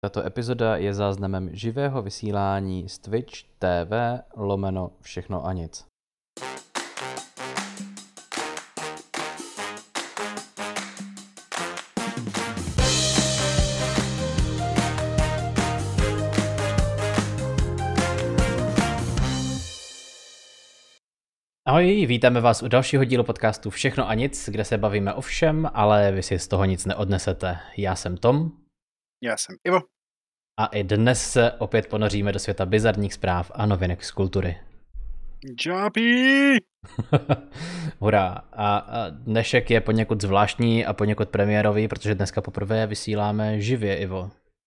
Tato epizoda je záznamem živého vysílání z Twitch TV / Všechno a nic. Ahoj, vítáme vás u dalšího dílu podcastu Všechno a nic, kde se bavíme o všem, ale vy si z toho nic neodnesete. Já jsem Tom. Já jsem Ivo. A i dnes se opět ponoříme do světa bizarních zpráv a novinek z kultury. Džápí! Hurá. A dnešek je poněkud zvláštní a poněkud premiérový, protože dneska poprvé vysíláme živě, Ivo.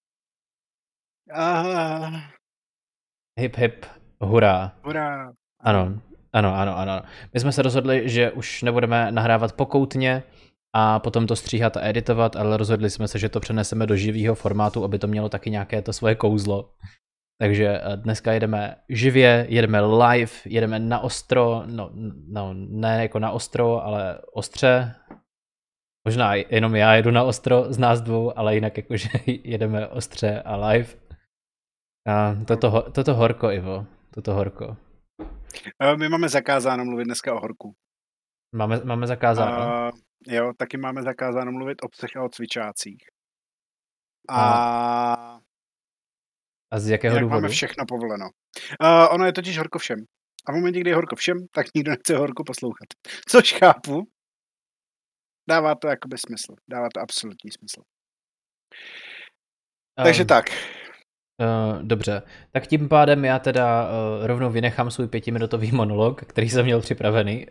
Hip hip, hurá. Hurá. Ano. My jsme se rozhodli, že už nebudeme nahrávat pokoutně a potom to stříhat a editovat, ale rozhodli jsme se, že to přeneseme do živého formátu, aby to mělo taky nějaké to svoje kouzlo. Takže dneska jedeme živě, jedeme live, jedeme na ostro, no ne jako na ostro, ale ostře. Možná jenom já jedu na ostro z nás dvou, ale jinak jakože jedeme ostře a live. A toto horko, Ivo, toto horko. My máme zakázáno mluvit dneska o horku. Máme zakázáno? Jo, taky máme zakázáno mluvit o psech a o cvičácích. A z jakého důvodu? Máme všechno povoleno. Ono je totiž horko všem. A v momentě, kdy je horko všem, tak nikdo nechce horko poslouchat. Což chápu. Dává to jakoby smysl. Dává to absolutní smysl. Takže tak. Dobře, tak tím pádem já teda rovnou vynechám svůj 5minutový monolog, který jsem měl připravený.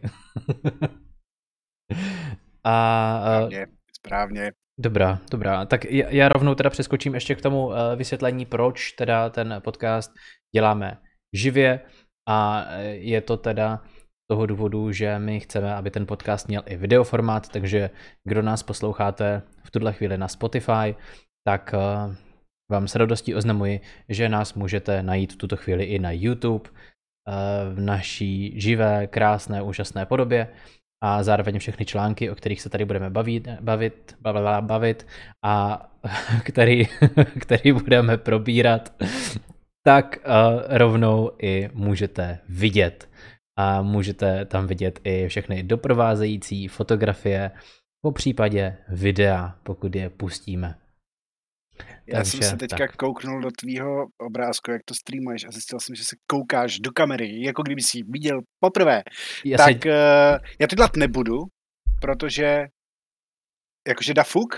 Správně. Dobrá. Tak já rovnou teda přeskočím ještě k tomu vysvětlení, proč teda ten podcast děláme živě, a je to teda z toho důvodu, že my chceme, aby ten podcast měl i videoformát, takže kdo nás posloucháte v tuhle chvíli na Spotify, tak vám s radostí oznamuji, že nás můžete najít v tuto chvíli i na YouTube v naší živé, krásné, úžasné podobě a zároveň všechny články, o kterých se tady budeme bavit a který budeme probírat, tak rovnou i můžete vidět. A můžete tam vidět i všechny doprovázející fotografie, po případě videa, pokud je pustíme. Já jsem se teďka kouknul do tvýho obrázku, jak to streamuješ, a zjistil jsem, že se koukáš do kamery, jako kdyby jsi viděl poprvé. Já to dělat nebudu, protože jakože da fuk,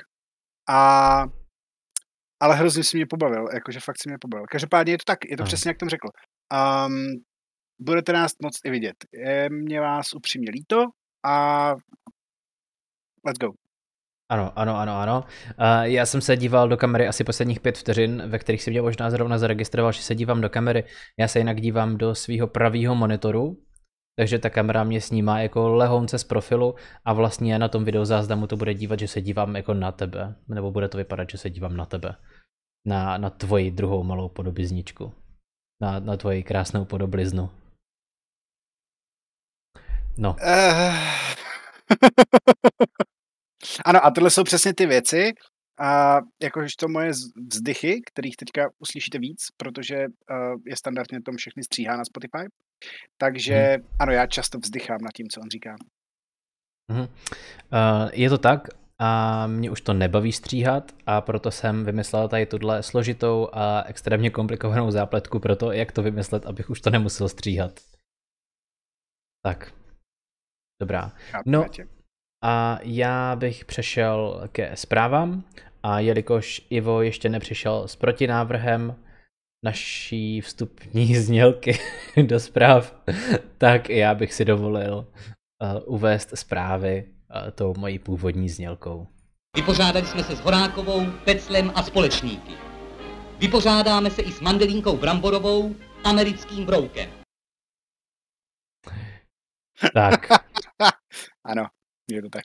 ale hrozně si mě pobavil, jakože fakt si mě pobavil. Každopádně je to tak, je to přesně, jak Tom řekl. Budete nás moc i vidět. Je mě vás upřímně líto a let's go. Ano. Já jsem se díval do kamery asi posledních 5 vteřin, ve kterých si mě možná zrovna zaregistroval, že se dívám do kamery. Já se jinak dívám do svého pravého monitoru, takže ta kamera mě snímá jako lehounce z profilu a vlastně na tom videozáznamu to bude dívat, že se dívám jako na tebe, nebo bude to vypadat, že se dívám na tebe. Na tvoji druhou malou podobizničku. Na tvoji krásnou podobliznu. No. Ano, a tohle jsou přesně ty věci, a jakož to moje vzdychy, kterých teďka uslyšíte víc, protože je standardně tom všechny stříhá na Spotify. Takže ano, já často vzdychám nad tím, co on říká. Je to tak a mě už to nebaví stříhat, a proto jsem vymyslel tady tuhle složitou a extrémně komplikovanou zápletku pro to, jak to vymyslet, abych už to nemusel stříhat. Tak, dobrá. No a já bych přešel ke zprávám, a jelikož Ivo ještě nepřišel s protinávrhem naší vstupní znělky do zpráv, tak já bych si dovolil uvést zprávy tou mojí původní znělkou. Vypořádali jsme se s Horákovou, Peclem a společníky. Vypořádáme se i s Mandelínkou Bramborovou, americkým broukem. Tak. Ano, je to tak.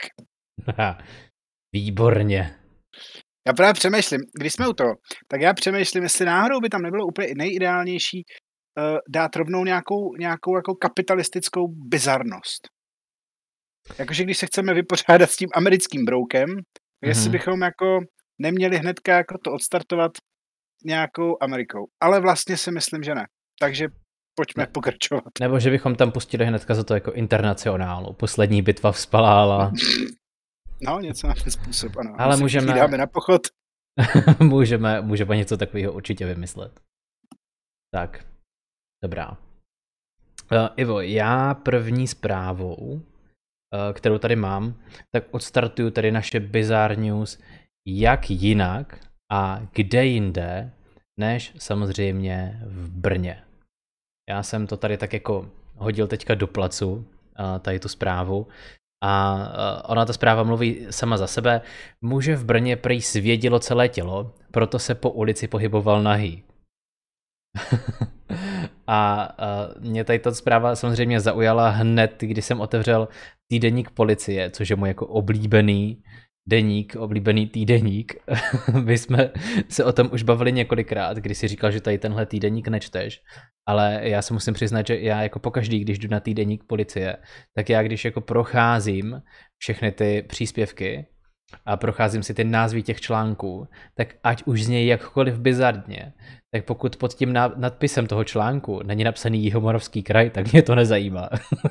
Výborně. Já právě přemýšlím, když jsme u toho, tak já přemýšlím, jestli náhodou by tam nebylo úplně nejideálnější dát rovnou nějakou jako kapitalistickou bizarnost. Jakože když se chceme vypořádat s tím americkým broukem, jestli bychom jako neměli hnedka jako to odstartovat nějakou Amerikou. Ale vlastně si myslím, že ne. Takže pojďme pokračovat. Nebo že bychom tam pustili hnedka za to jako internacionálu. Poslední bitva vzpalála. No, něco na ten způsob, ano. Ale můžeme... dáme na pochod. můžeme něco takového určitě vymyslet. Tak, dobrá. Ivo, já první zprávou, kterou tady mám, tak odstartuju tady naše Bizarre News, jak jinak a kde jinde, než samozřejmě v Brně. Já jsem to tady tak jako hodil teďka do placu, tady tu zprávu, a ona ta zpráva mluví sama za sebe. Muže v Brně prý svědilo celé tělo, proto se po ulici pohyboval nahý. A mě tady ta zpráva samozřejmě zaujala hned, když jsem otevřel týdeník Policie, což je můj jako oblíbený deník, oblíbený týdeník. My jsme se o tom už bavili několikrát, když si říkal, že tady tenhle týdeník nečteš, ale já se musím přiznat, že já jako pokaždý, když jdu na týdeník Policie, tak já když jako procházím všechny ty příspěvky a procházím si ty názvy těch článků, tak ať už znějí jakkoliv bizarně, tak pokud pod tím nadpisem toho článku není napsaný Jihomoravský kraj, tak mě to nezajímá.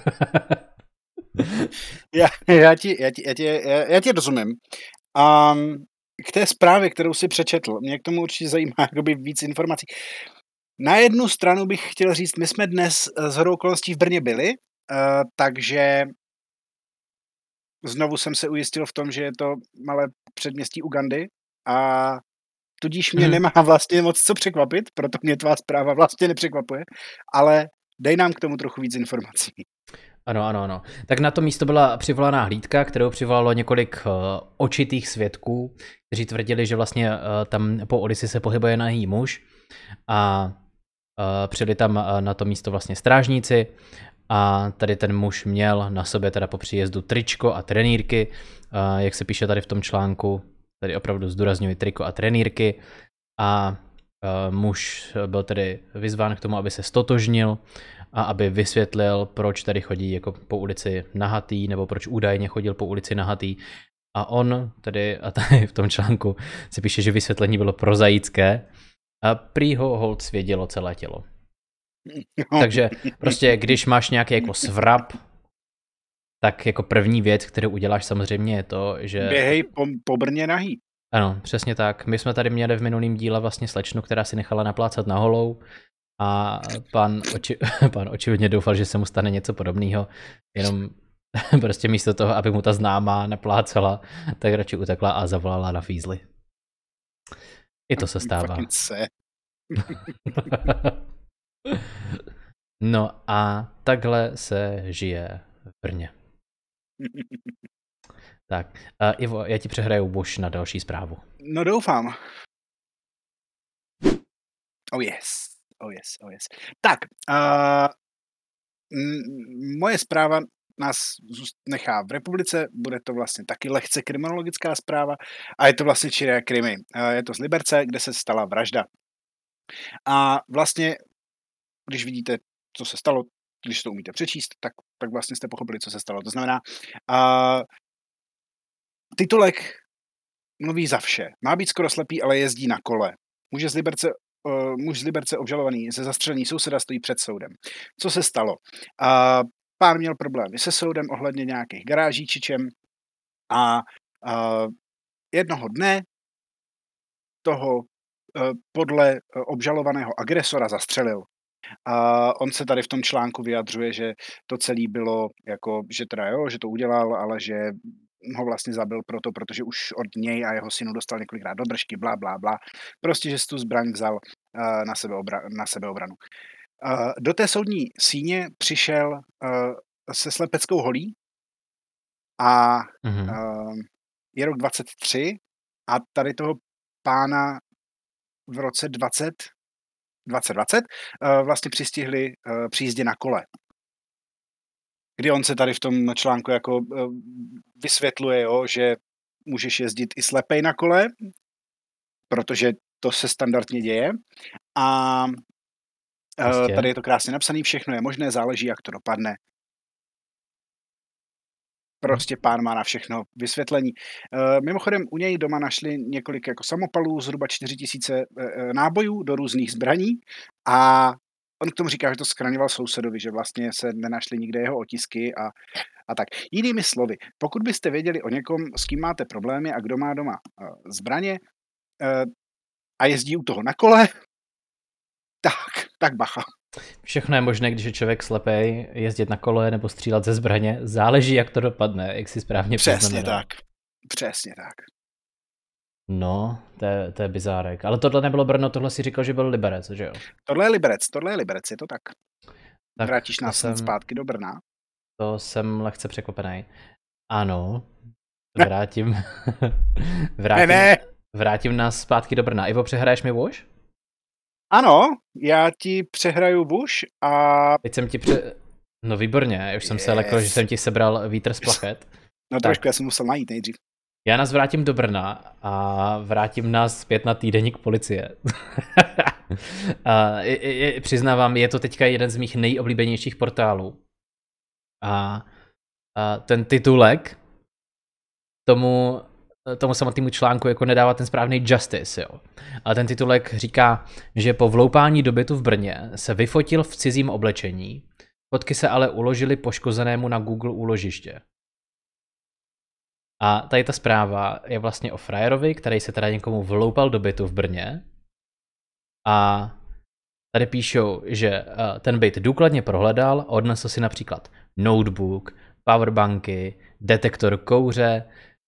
Já ti rozumím. K té zprávě, kterou si přečetl, mě k tomu určitě zajímá jakoby víc informací. Na jednu stranu bych chtěl říct, my jsme dnes shodou okolností v Brně byli, takže znovu jsem se ujistil v tom, že je to malé předměstí Ugandy a tudíž mě nemá vlastně moc co překvapit, proto mě tvá zpráva vlastně nepřekvapuje, ale dej nám k tomu trochu víc informací. Ano. Tak na to místo byla přivolaná hlídka, kterou přivolalo několik očitých svědků, kteří tvrdili, že vlastně tam po ulici se pohybuje nahý muž a přijeli tam na to místo vlastně strážníci a tady ten muž měl na sobě teda po příjezdu tričko a trenýrky, jak se píše tady v tom článku, tady opravdu zdůrazňuji triko a trenýrky a muž byl tedy vyzván k tomu, aby se stotožnil a aby vysvětlil, proč tady chodí jako po ulici nahatý, nebo proč údajně chodil po ulici nahatý. A on tedy, a tady v tom článku se píše, že vysvětlení bylo prozaické a prý ho holt svědělo celé tělo. Takže prostě, když máš nějaký jako svrap, tak jako první věc, kterou uděláš samozřejmě je to, že... Běhej po Brně nahý. Ano, přesně tak. My jsme tady měli v minulém díle vlastně slečnu, která si nechala naplácat na holou a pan očividně doufal, že se mu stane něco podobného, jenom prostě místo toho, aby mu ta známá naplácala, tak radši utekla a zavolala na fízli. I to se stává. No a takhle se žije v Brně. Tak, Ivo, já ti přehraju Bush na další zprávu. No doufám. Oh yes. Tak, moje zpráva nás nechá v republice, bude to vlastně taky lehce kriminologická zpráva a je to vlastně čiré krimi. Je to z Liberce, kde se stala vražda. A vlastně, když vidíte, co se stalo, když to umíte přečíst, tak vlastně jste pochopili, co se stalo. To znamená, titulek mluví za vše. Má být skoro slepý, ale jezdí na kole. Muž z Liberce obžalovaný ze zastřelení souseda stojí před soudem. Co se stalo? Pán měl problémy se soudem ohledně nějakých garáží čičem a jednoho dne toho podle obžalovaného agresora zastřelil. On se tady v tom článku vyjadřuje, že to celé bylo jako, že teda jo, že to udělal, ale že ho vlastně zabil protože už od něj a jeho synu dostal několikrát do držky, blá, blá, blá. Prostě, že si tu zbraň vzal na sebeobranu. Do té soudní síně přišel se slepeckou holí a je rok 23 a tady toho pána v roce 2020 vlastně přistihli při jízdě na kole. Kdy on se tady v tom článku jako vysvětluje, jo, že můžeš jezdit i slepej na kole, protože to se standardně děje. A tady je to krásně napsané, všechno je možné, záleží, jak to dopadne. Prostě pán má na všechno vysvětlení. Mimochodem u něj doma našli několik jako samopalů, zhruba 4000 nábojů do různých zbraní a on k tomu říká, že to schraňoval sousedovi, že vlastně se nenašly nikde jeho otisky a tak. Jinými slovy, pokud byste věděli o někom, s kým máte problémy a kdo má doma zbraně a jezdí u toho na kole, tak bacha. Všechno je možné, když je člověk slepej, jezdit na kole nebo střílet ze zbraně. Záleží, jak to dopadne, jak si správně poznamenal. Přesně tak. No, to je bizárek. Ale tohle nebylo Brno, tohle si říkal, že byl Liberec, že jo? Tohle je Liberec, je to tak. Vrátíš nás zpátky do Brna? To jsem lehce překvapený. Ano, vrátím nás zpátky do Brna. Ivo, přehraješ mi Vuš? Ano, já ti přehraju Vuš a... Teď jsem ti No výborně, já už jsem se lekl, že jsem ti sebral vítr z plachet. No trošku, já jsem musel najít nejdřív. Já nás vrátím do Brna a vrátím nás zpět na týdeník policie. Přiznávám, je to teďka jeden z mých nejoblíbenějších portálů. A ten titulek tomu samotnému článku jako nedává ten správný justice, jo. Ale ten titulek říká, že po vloupání do bytu v Brně se vyfotil v cizím oblečení, fotky se ale uložily poškozenému na Google úložiště. A tady ta zpráva je vlastně o frajerovi, který se teda někomu vloupal do bytu v Brně. A tady píšou, že ten byt důkladně prohledal a odnesl si například notebook, powerbanky, detektor kouře,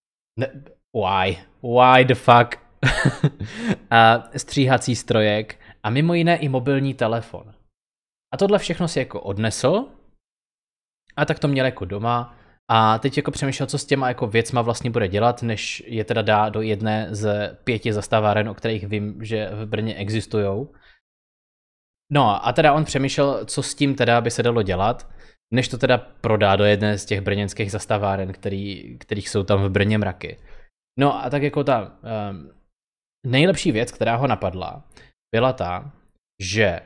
why the fuck, a stříhací strojek a mimo jiné i mobilní telefon. A tohle všechno si jako odnesl a tak to měl jako doma a teď jako přemýšlel, co s těma jako věcma vlastně bude dělat, než je teda dá do jedné z 5 zastaváren, o kterých vím, že v Brně existujou. No a teda on přemýšlel, co s tím teda by se dalo dělat, než to teda prodá do jedné z těch brněnských zastaváren, kterých jsou tam v Brně mraky. No a tak jako ta nejlepší věc, která ho napadla, byla ta, že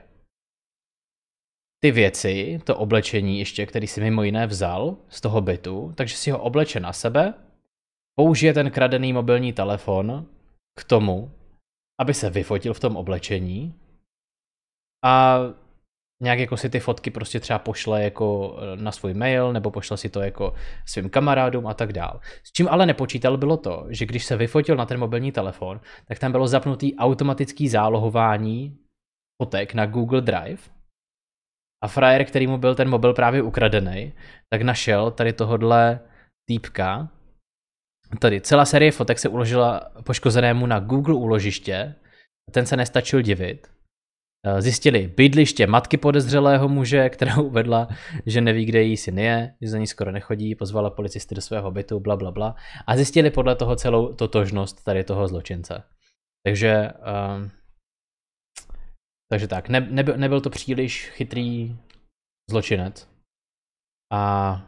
ty věci, to oblečení ještě, který si mimo jiné vzal z toho bytu, takže si ho obleče na sebe, použije ten kradený mobilní telefon k tomu, aby se vyfotil v tom oblečení a nějak jako si ty fotky prostě třeba pošle jako na svůj mail, nebo pošle si to jako svým kamarádům a tak dál. S čím ale nepočítal bylo to, že když se vyfotil na ten mobilní telefon, tak tam bylo zapnutý automatický zálohování fotek na Google Drive a frajer, kterýmu byl ten mobil právě ukradený, tak našel tady tohodle týpka. Tady celá série fotek se uložila poškozenému na Google úložiště, ten se nestačil divit. Zjistili bydliště matky podezřelého muže, která uvedla, že neví, kde jí syn je, že za ní skoro nechodí, pozvala policisty do svého bytu, blablabla. A zjistili podle toho celou totožnost tady toho zločince. Takže tak, nebyl to příliš chytrý zločinec. A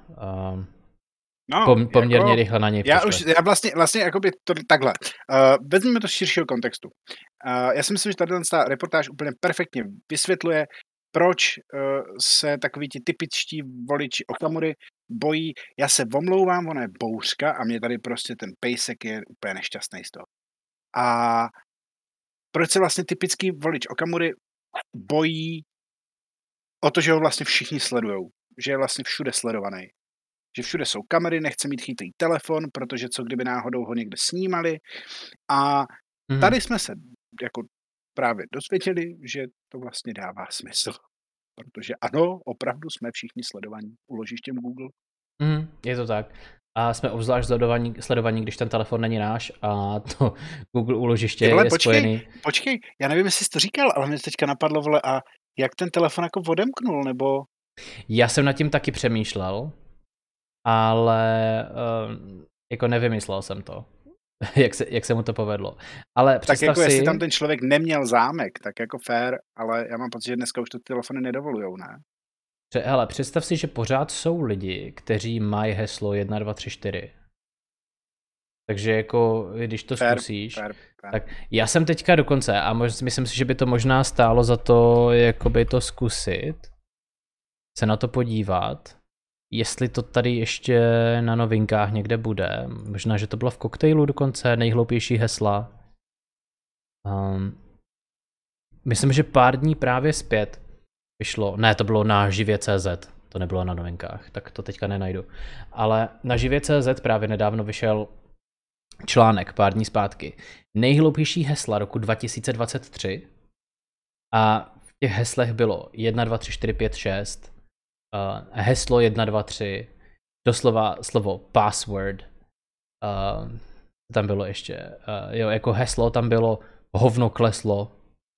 poměrně rychle na něj přišli. Já vlastně jakoby to takhle. Vezměme to z širšího kontextu. Já si myslím, že tady ta reportáž úplně perfektně vysvětluje, proč se takový ti typičtí voliči Okamury bojí. Já se omlouvám, ona je bouřka a mě tady prostě ten pejsek je úplně nešťastný z toho. A proč se vlastně typický volič Okamury bojí o to, že ho vlastně všichni sledujou. Že je vlastně všude sledovaný. Že všude jsou kamery, nechce mít chytrý telefon, protože co kdyby náhodou ho někde snímali. A tady jsme se jako právě dozvěděli, že to vlastně dává smysl. Protože ano, opravdu jsme všichni sledovaní úložištěm Google. Je to tak. A jsme obzvlášť sledovaní, když ten telefon není náš a to Google úložiště je spojený. Počkej, já nevím, jestli jsi to říkal, ale mě teďka napadlo, vole, a jak ten telefon jako odemknul, nebo... Já jsem nad tím taky přemýšlel, ale jako nevymyslel jsem to, jak se mu to povedlo. Ale tak jako jestli tam ten člověk neměl zámek, tak jako fair, ale já mám pocit, že dneska už to telefony nedovolujou, ne? Hele, představ si, že pořád jsou lidi, kteří mají heslo 1, 2, 3, 4. Takže jako, když to zkusíš, tak já jsem teďka dokonce a myslím si, že by to možná stálo za to, jakoby to zkusit, se na to podívat. jestli to tady ještě na novinkách někde bude. Možná, že to bylo v koktejlu dokonce, nejhloupější hesla. Myslím, že pár dní právě zpět vyšlo, ne, to bylo na živě.cz, to nebylo na novinkách, tak to teďka nenajdu. Ale na živě.cz právě nedávno vyšel článek pár dní zpátky. Nejhloupější hesla roku 2023 a v těch heslech bylo 1, 2, 3, 4, 5, 6, heslo 1, 2, 3, doslova slovo password, tam bylo ještě, jako heslo tam bylo hovno kleslo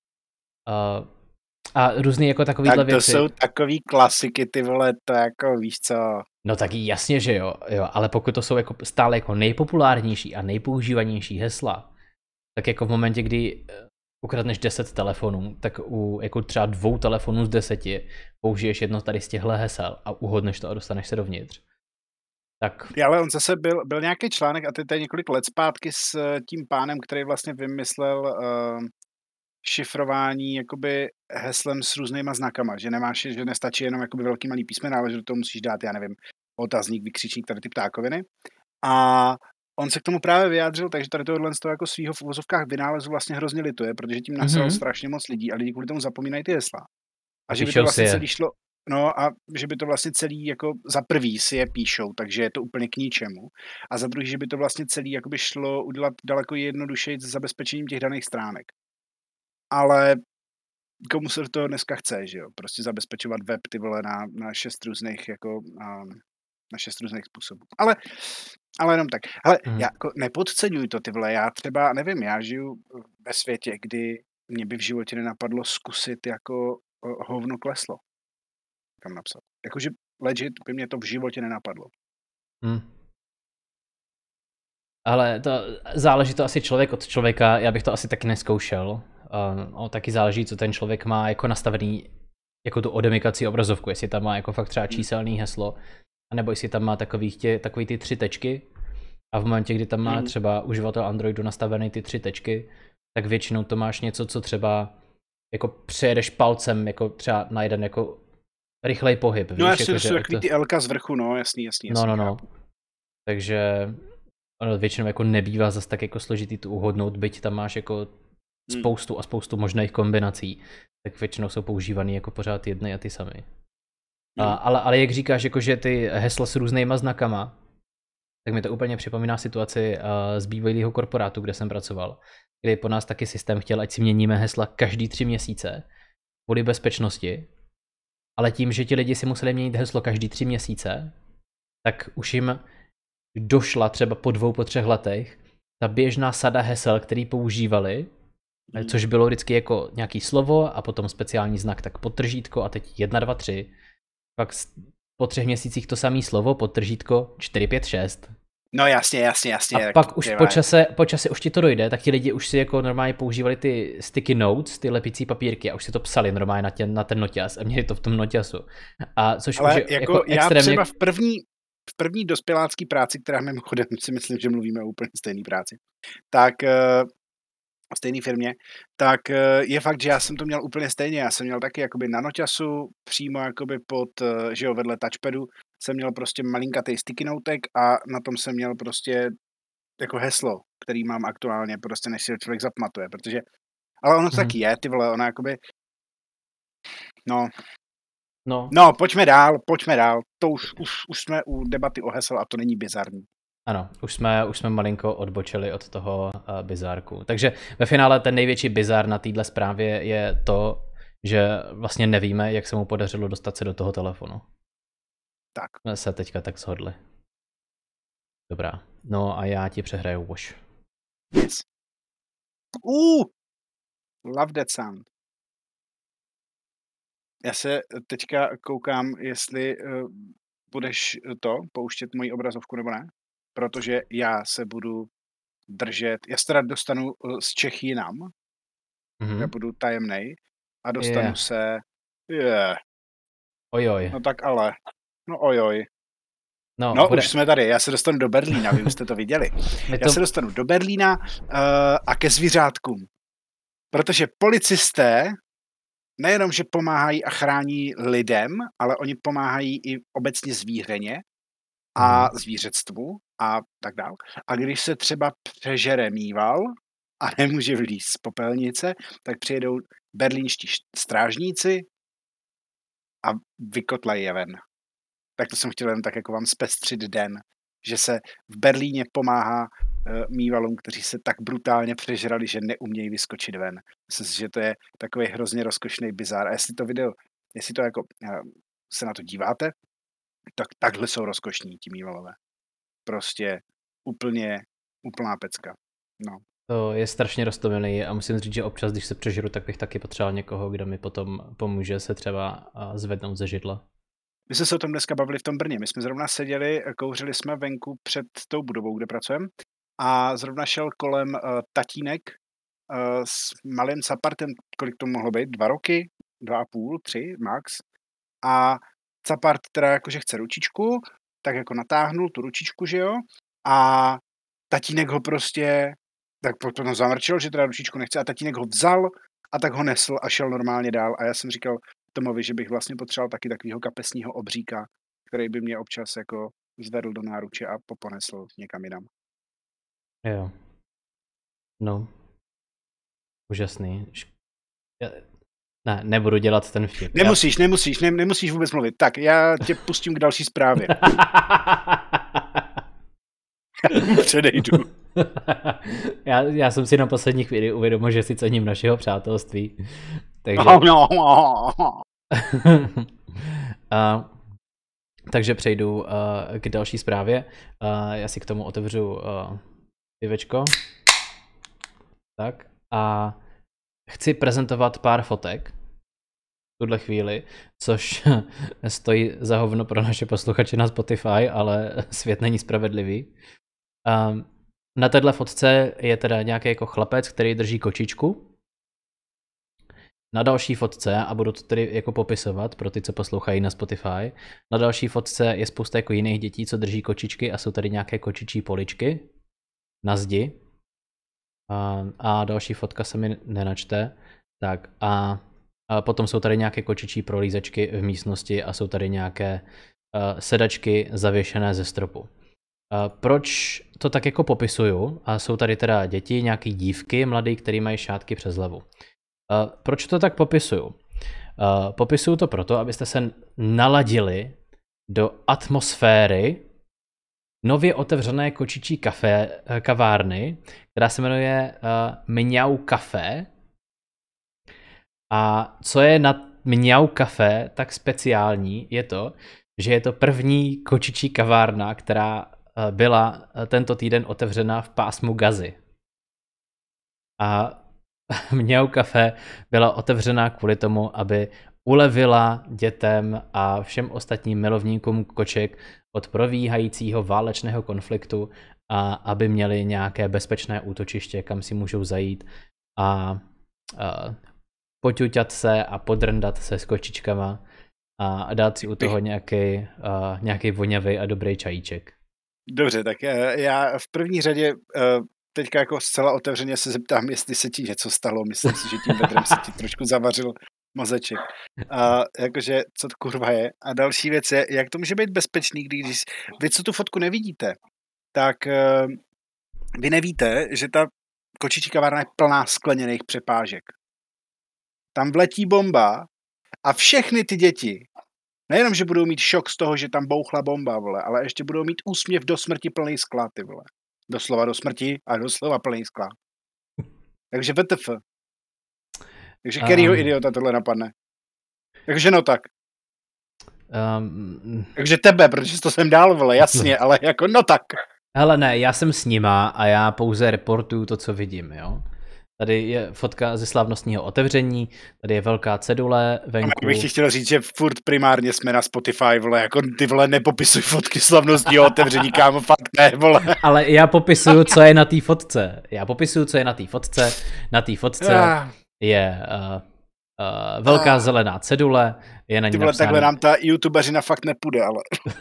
a různý jako takovýhle věci. Tak to jsou takový klasiky, ty vole, to jako víš co. No tak jasně, že jo, ale pokud to jsou jako stále jako nejpopulárnější a nejpoužívanější hesla, tak jako v momentě, kdy ukradneš 10 telefonů, tak u jako třeba 2 telefonů z 10 použiješ jedno tady z těchto hesel a uhodneš to a dostaneš se dovnitř. Tak. Ale on zase byl nějaký článek a teď je několik let zpátky s tím pánem, který vlastně vymyslel šifrování jakoby heslem s různýma znakama, že nestačí jenom jakoby velký malý písmena, ale že do toho musíš dát, já nevím, otazník, vykřičník, tady ty ptákoviny. A on se k tomu právě vyjádřil, takže tady tohle z toho jako svýho v uvozovkách vynálezu vlastně hrozně lituje, protože tím nasel strašně moc lidí a lidi kvůli tomu zapomínají ty hesla. A že by to vlastně celý šlo, no a že by to vlastně celý jako za prvý si je píšou, takže je to úplně k ničemu. A za druhý, že by to vlastně celý jakoby šlo udělat daleko jednodušeji s zabezpečením těch daných stránek. Ale komu se do toho dneska chce, že jo? Prostě zabezpečovat web, ty vole, na 6 různých jako na 6 různých způsobů. Ale jenom tak. Hele, já jako nepodceňuj to, ty vole, já třeba, nevím, já žiju ve světě, kdy mě by v životě nenapadlo zkusit jako hovno kleslo. Kam napsat. Jakože legit by mě to v životě nenapadlo. Ale to záleží to asi člověk od člověka, já bych to asi taky nezkoušel. Taky záleží, co ten člověk má jako nastavený jako tu odemykací obrazovku, jestli tam má jako fakt třeba číselný heslo, anebo jestli tam má takový ty 3 tečky a v momentě, kdy tam má třeba uživatel Androidu nastavený ty 3 tečky, tak většinou to máš něco, co třeba jako přejedeš palcem jako třeba na jeden jako rychlej pohyb. No jasně, to jsou takový ty Lka z vrchu, no jasný. No. Takže ono většinou jako nebývá zase tak jako složitý tu uhodnout, byť tam máš jako spoustu možných kombinací, tak většinou jsou používaný jako pořád jedny a ty samy. Ale jak říkáš, jako, že ty hesla s různýma znakama, tak mi to úplně připomíná situaci z bývalého korporátu, kde jsem pracoval, kdy po nás taky systém chtěl, ať si měníme hesla každý 3 měsíce kvůli bezpečnosti, ale tím, že ti lidi si museli měnit heslo každý 3 měsíce, tak už jim došla třeba po 2, po 3 letech ta běžná sada hesel, který používali, což bylo vždycky jako nějaký slovo a potom speciální znak, tak podtržítko a teď 1, 2, 3. Pak po 3 měsících to samé slovo, podtržítko 4, 5, 6. No jasně. A pak už po čase už ti to dojde, tak ti lidi už si jako normálně používali ty sticky notes, ty lepicí papírky a už si to psali normálně na ten noťaz a měli to v tom noťasu. A což ale už jako já extrémně... třeba v první dospělácký práci, která mimochodem si myslím, že mluvíme o úplně stejné práci, tak o stejné firmě, tak je fakt, že já jsem to měl úplně stejně. Já jsem měl taky jakoby na noťasu, přímo jakoby pod, že jo, vedle touchpadu, jsem měl prostě malinkatý sticky notek a na tom jsem měl prostě jako heslo, který mám aktuálně, prostě než si ho člověk zapamatuje, protože, ale ono to taky je, ty vole, ono jakoby, No, pojďme dál. To už jsme u debaty o hesel a to není bizarní. Ano, už jsme malinko odbočili od toho bizárku. Takže ve finále ten největší bizár na téhle zprávě je to, že vlastně nevíme, jak se mu podařilo dostat se do toho telefonu. Tak. Jsme se teďka tak shodli. Dobrá. No a já ti přehraju Wash. Yes. Love that sound. Já se teďka koukám, jestli budeš pouštět moji obrazovku nebo ne, protože já se budu držet, já se teda dostanu z Čech jinam, já budu tajemnej a dostanu se, Ojoj. No tak ale, ojoj. No už jsme tady, já se dostanu do Berlína, vy už jste to viděli. Já se dostanu do Berlína a ke zvířátkům, protože policisté nejenom, že pomáhají a chrání lidem, ale oni pomáhají i obecně zvířeně a zvířectvu a tak dál. A když se třeba přežere mýval a nemůže vlízt z popelnice, tak přijedou berlínští strážníci a vykotlají je ven. Tak to jsem chtěl jen tak jako vám zpestřit den, že se v Berlíně pomáhá mývalům, kteří se tak brutálně přežrali, že neumějí vyskočit ven. Myslím si, že to je takový hrozně rozkošný bizár. A jestli to jako se na to díváte, tak takhle jsou rozkošní ti mývalové. Prostě úplná pecka. No. To je strašně roztomilý a musím říct, že občas, když se přežru, tak bych taky potřeboval někoho, kdo mi potom pomůže se třeba zvednout ze židla. My jsme se o tom dneska bavili v tom Brně. My jsme zrovna seděli, kouřili jsme venku před tou budovou, kde pracujeme, a zrovna šel kolem tatínek s malým capartem, kolik to mohlo být, 2 roky, 2,5, 3 max. A capart teda jakože chce ručičku, tak jako natáhnul tu ručičku, že jo, a tatínek ho prostě tak potom zamrčil, že teda ručičku nechce, a tatínek ho vzal a tak ho nesl a šel normálně dál. A já jsem říkal Tomovi, že bych vlastně potřeboval taky takového kapesního obříka, který by mě občas jako zvedl do náruče a poponesl někam jinam. Jo. No. Úžasný. Ne, nebudu dělat ten vtip. Nemusíš vůbec mluvit. Tak, já tě pustím k další zprávě. Předejdu. Já jsem si na poslední chvíli uvědomil, že si cením našeho přátelství. Takže... takže přejdu k další zprávě. Já si k tomu otevřu pivečko. Tak. A chci prezentovat pár fotek v tuhle chvíli, což stojí za hovno pro naše posluchače na Spotify, ale svět není spravedlivý. Na téhle fotce je teda nějaký jako chlapec, který drží kočičku. Na další fotce, a budu to tedy jako popisovat pro ty, co poslouchají na Spotify, na další fotce je spousta jako jiných dětí, co drží kočičky, a jsou tady nějaké kočičí poličky na zdi. A další fotka se mi nenačte. Tak a potom jsou tady nějaké kočičí prolízečky v místnosti a jsou tady nějaké sedačky zavěšené ze stropu. Proč to tak jako popisuju? A jsou tady teda děti, nějaký dívky, mladý, který mají šátky přes hlavu. Proč to tak popisuju? Popisuju to proto, abyste se naladili do atmosféry nově otevřené kočičí kavárny, která se jmenuje Mňau Café. A co je na Mňau Café tak speciální, je to, že je to první kočičí kavárna, která byla tento týden otevřena v pásmu Gazy. A Mňau Café byla otevřena kvůli tomu, aby ulevila dětem a všem ostatním milovníkům koček od probíhajícího válečného konfliktu a aby měli nějaké bezpečné útočiště, kam si můžou zajít a poťuťat se a podrndat se s kočičkama a dát si u toho nějaký vonavý a dobrý čajíček. Dobře, tak já v první řadě teďka jako zcela otevřeně se zeptám, jestli se ti něco stalo. Myslím si, že tím vedrem se ti trošku zavařil mozeček. Jakože, co to kurva je. A další věc je, jak to může být bezpečný, když vy, co tu fotku nevidíte, tak vy nevíte, že ta kočičí kavárna je plná skleněných přepážek. Tam vletí bomba a všechny ty děti, nejenom, že budou mít šok z toho, že tam bouchla bomba, vole, ale ještě budou mít úsměv do smrti plný skla, ty vole. Doslova do smrti a doslova plný skla. Takže WTF. Takže kterýho idiota tohle napadne? Takže no tak. Takže tebe, protože to jsem dál, vole, jasně, ale jako no tak. Hele ne, já jsem s nima a já pouze reportuju to, co vidím, jo. Tady je fotka ze slavnostního otevření, tady je velká cedule venku. A bych ti chtěl říct, že furt primárně jsme na Spotify, vole, jako ty, vole, nepopisuj fotky slavnostního otevření, kámo, fakt ne, vole. Ale já popisuju, co je na té fotce. Na té fotce je velká zelená cedule, je na ní ty vole, napsáno... takhle nám ta youtubeřina fakt nepůjde, ale...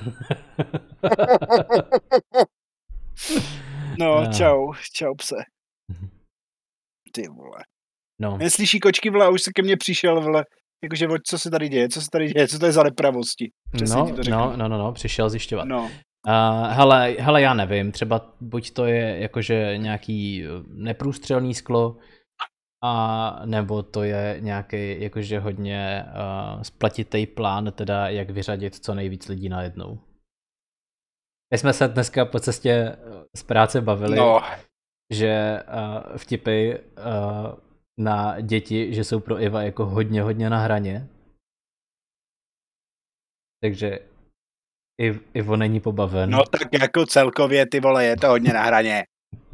No, čau pse. Ty vole. No. Neslyší kočky, vole, a už se ke mně přišel, vole, Jakože, co se tady děje, co to je za nepravosti. No, přišel zjišťovat. No. Hele, já nevím, třeba buď to je jakože nějaký neprůstřelný sklo, a nebo to je nějaký jakože hodně spletitý plán, teda jak vyřadit co nejvíc lidí najednou. My jsme se dneska po cestě z práce bavili, že vtipy na děti, že jsou pro Iva jako hodně na hraně. Takže Ivo není pobaven. No tak jako celkově, ty vole, je to hodně na hraně.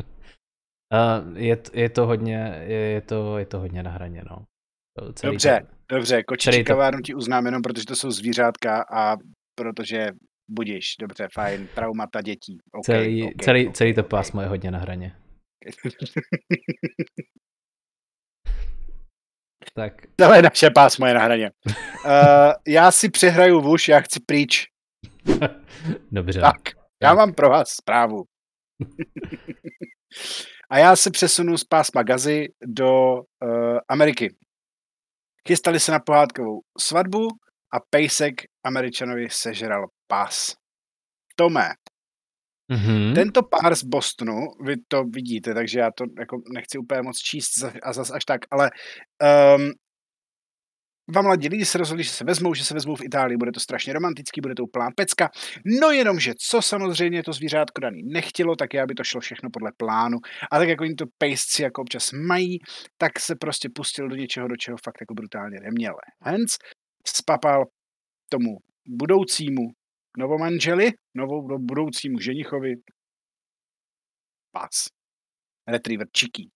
Je to hodně na hraně, no. Dobře, kočičí kavárnu ti uznám jenom, protože to jsou zvířátka a protože budíš, dobře, fajn, traumata dětí. Celý to pásmo je hodně na hraně. Tak. Celé naše pásmo je na hraně. Já si přehraju vůš, já chci pryč. Dobře. Tak, já mám pro vás zprávu. A já se přesunu z pásma Gazy do Ameriky. Chystali se na pohádkovou svatbu a pejsek Američanovi sežral pás. Tome, tento pár z Bostonu, vy to vidíte, takže já to jako nechci úplně moc číst a zas až tak, ale dva mladí lidi se rozhodli, že se vezmou v Itálii, bude to strašně romantický, bude to úplná pecka, no jenomže co samozřejmě to zvířátko daný nechtělo, tak aby to šlo všechno podle plánu a tak jako jim to pejsci jako občas mají, tak se prostě pustil do něčeho, do čeho fakt jako brutálně neměl. Hence spapal tomu budoucímu novomanželi, budoucímu ženichovi pás. Retriever Chicky.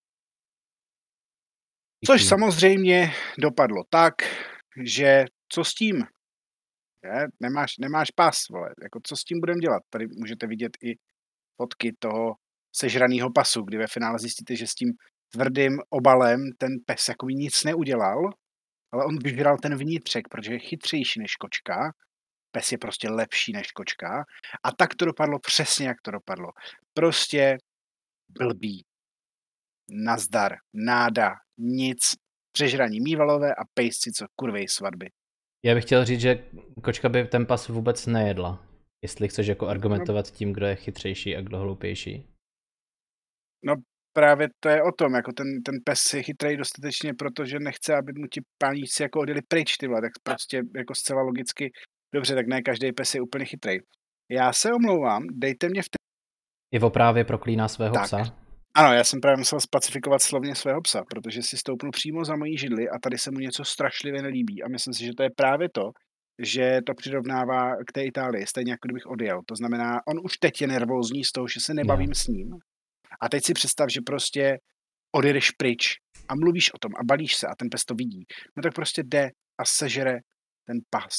Což samozřejmě dopadlo tak, že co s tím? Nemáš pás, vole. Jako co s tím budeme dělat? Tady můžete vidět i fotky toho sežraného pasu, kdy ve finále zjistíte, že s tím tvrdým obalem ten pes jako nic neudělal, ale on vyžral ten vnitřek, protože je chytřejší než kočka. Pes je prostě lepší než kočka. A tak to dopadlo přesně, jak to dopadlo. Prostě blbý. Nazdar, náda, nic, přežraní mývalové a pejsci, co kurvej svatby. Já bych chtěl říct, že kočka by ten pas vůbec nejedla. Jestli chceš jako argumentovat tím, kdo je chytřejší a kdo hloupější. No právě to je o tom, jako ten pes je chytrej dostatečně, protože nechce, aby mu ti páníci jako odjeli pryč, ty vole, tak prostě jako zcela logicky, dobře, tak ne každý pes je úplně chytrej. Já se omlouvám, dejte mě Ivo právě proklíná svého psa. Ano, já jsem právě musel specifikovat slovně svého psa, protože si stoupnul přímo za mojí židli a tady se mu něco strašlivě nelíbí a myslím si, že to je právě to, že to přirovnává k té Itálii, stejně jako kdybych odjel. To znamená, on už teď je nervózní z toho, že se nebavím s ním a teď si představ, že prostě odjedeš pryč a mluvíš o tom a balíš se a ten pes to vidí. No tak prostě jde a sežere ten pas.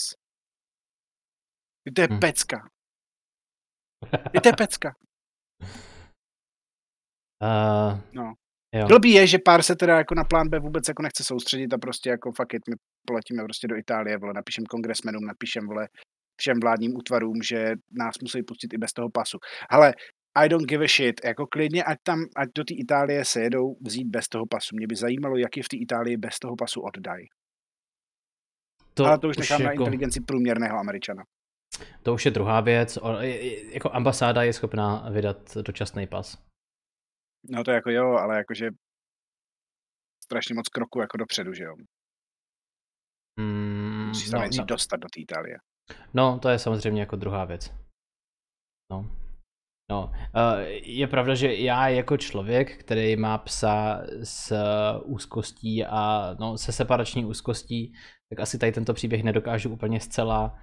To je pecka. To je pecka. No. Blbý je, že pár se teda jako na plán B vůbec jako nechce soustředit a prostě jako fuck it, my poletíme prostě do Itálie, vole, napíšem kongresmenům, napíšem, vole, všem vládním útvarům, že nás musí pustit i bez toho pasu. Hele, I don't give a shit, jako klidně, ať do té Itálie se jedou vzít bez toho pasu. Mě by zajímalo, jak je v té Itálii bez toho pasu oddají. Ale to už nechám jako na inteligenci průměrného Američana. To už je druhá věc. Jako ambasáda je schopná vydat dočasný pas. No to jako jo, ale jakože strašně moc kroků jako dopředu, že jo? Musí se nejdřív dostat do té Itálie. No, to je samozřejmě jako druhá věc. Je pravda, že já jako člověk, který má psa s úzkostí a se separační úzkostí, tak asi tady tento příběh nedokážu úplně zcela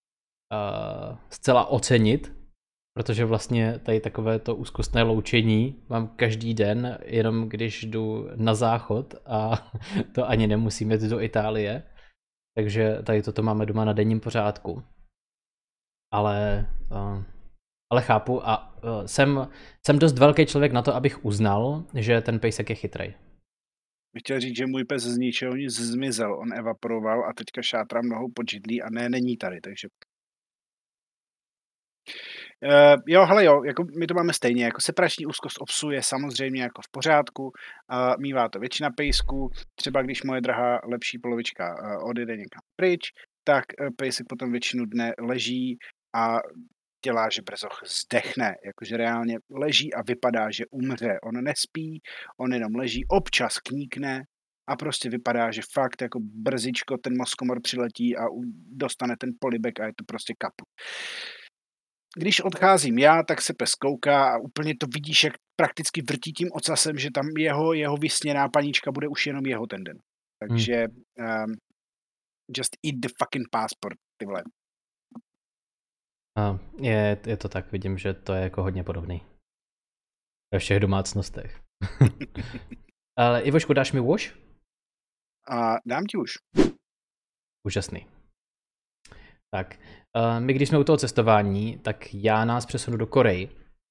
ocenit, protože vlastně tady takové to úzkostné loučení mám každý den, jenom když jdu na záchod a to ani nemusím jít do Itálie, takže tady toto máme doma na denním pořádku. Ale chápu a jsem dost velký člověk na to, abych uznal, že ten pejsek je chytrej. Bych chtěl říct, že můj pes z ničeho nic zmizel, on evaporoval a teďka šátrám nohou pod židlí a není tady, takže Jo, hele jo, jako my to máme stejně, jako separační úzkost o psu je samozřejmě jako v pořádku, mívá to většina pejsků, třeba když moje drahá lepší polovička odjede někam pryč, tak pejsek potom většinu dne leží a dělá, že brzoch zdechne, jakože reálně leží a vypadá, že umře. On nespí, on jenom leží, občas kníkne a prostě vypadá, že fakt jako brzičko ten mozkomor přiletí a dostane ten polibek a je to prostě kaput. Když odcházím já, tak se pes kouká a úplně to vidíš, jak prakticky vrtí tím ocasem, že tam jeho vysněná paníčka bude už jenom jeho ten den. Takže just eat the fucking passport, ty vole. Je to tak, vidím, že to je jako hodně podobný. Ve všech domácnostech. Ale Ivošku, dáš mi už? Dám ti už. Úžasný. Tak, my když jsme u toho cestování, tak já nás přesunu do Koreji,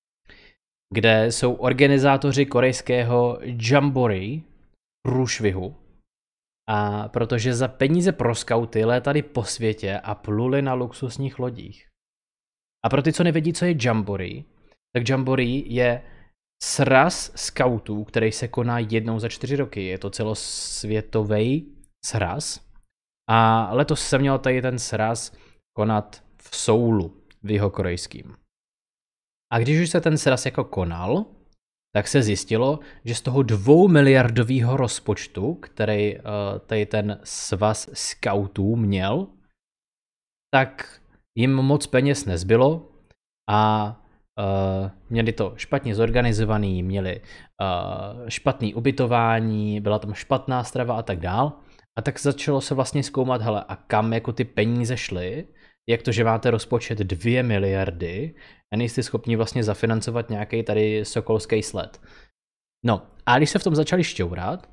kde jsou organizátoři korejského Jamboree průšvihu. A protože za peníze pro skauty létali po světě a pluli na luxusních lodích. A pro ty, co nevědí, co je Jamboree, tak Jamboree je sraz skautů, který se koná jednou za 4 roky. Je to celosvětový sraz. A letos se měl tady ten sraz konat v Soulu, v jihokorejským. A když už se ten sraz jako konal, tak se zjistilo, že z toho 2 miliardového rozpočtu, který tady ten svaz skautů měl, tak jim moc peněz nezbylo a měli to špatně zorganizovaný, měli špatný ubytování, byla tam špatná strava a tak dál. A tak začalo se vlastně zkoumat, hele, a kam jako ty peníze šly, jak to, že máte rozpočet 2 miliardy a nejste schopni vlastně zafinancovat nějaký tady sokolský sled. No, a když se v tom začali šťourat,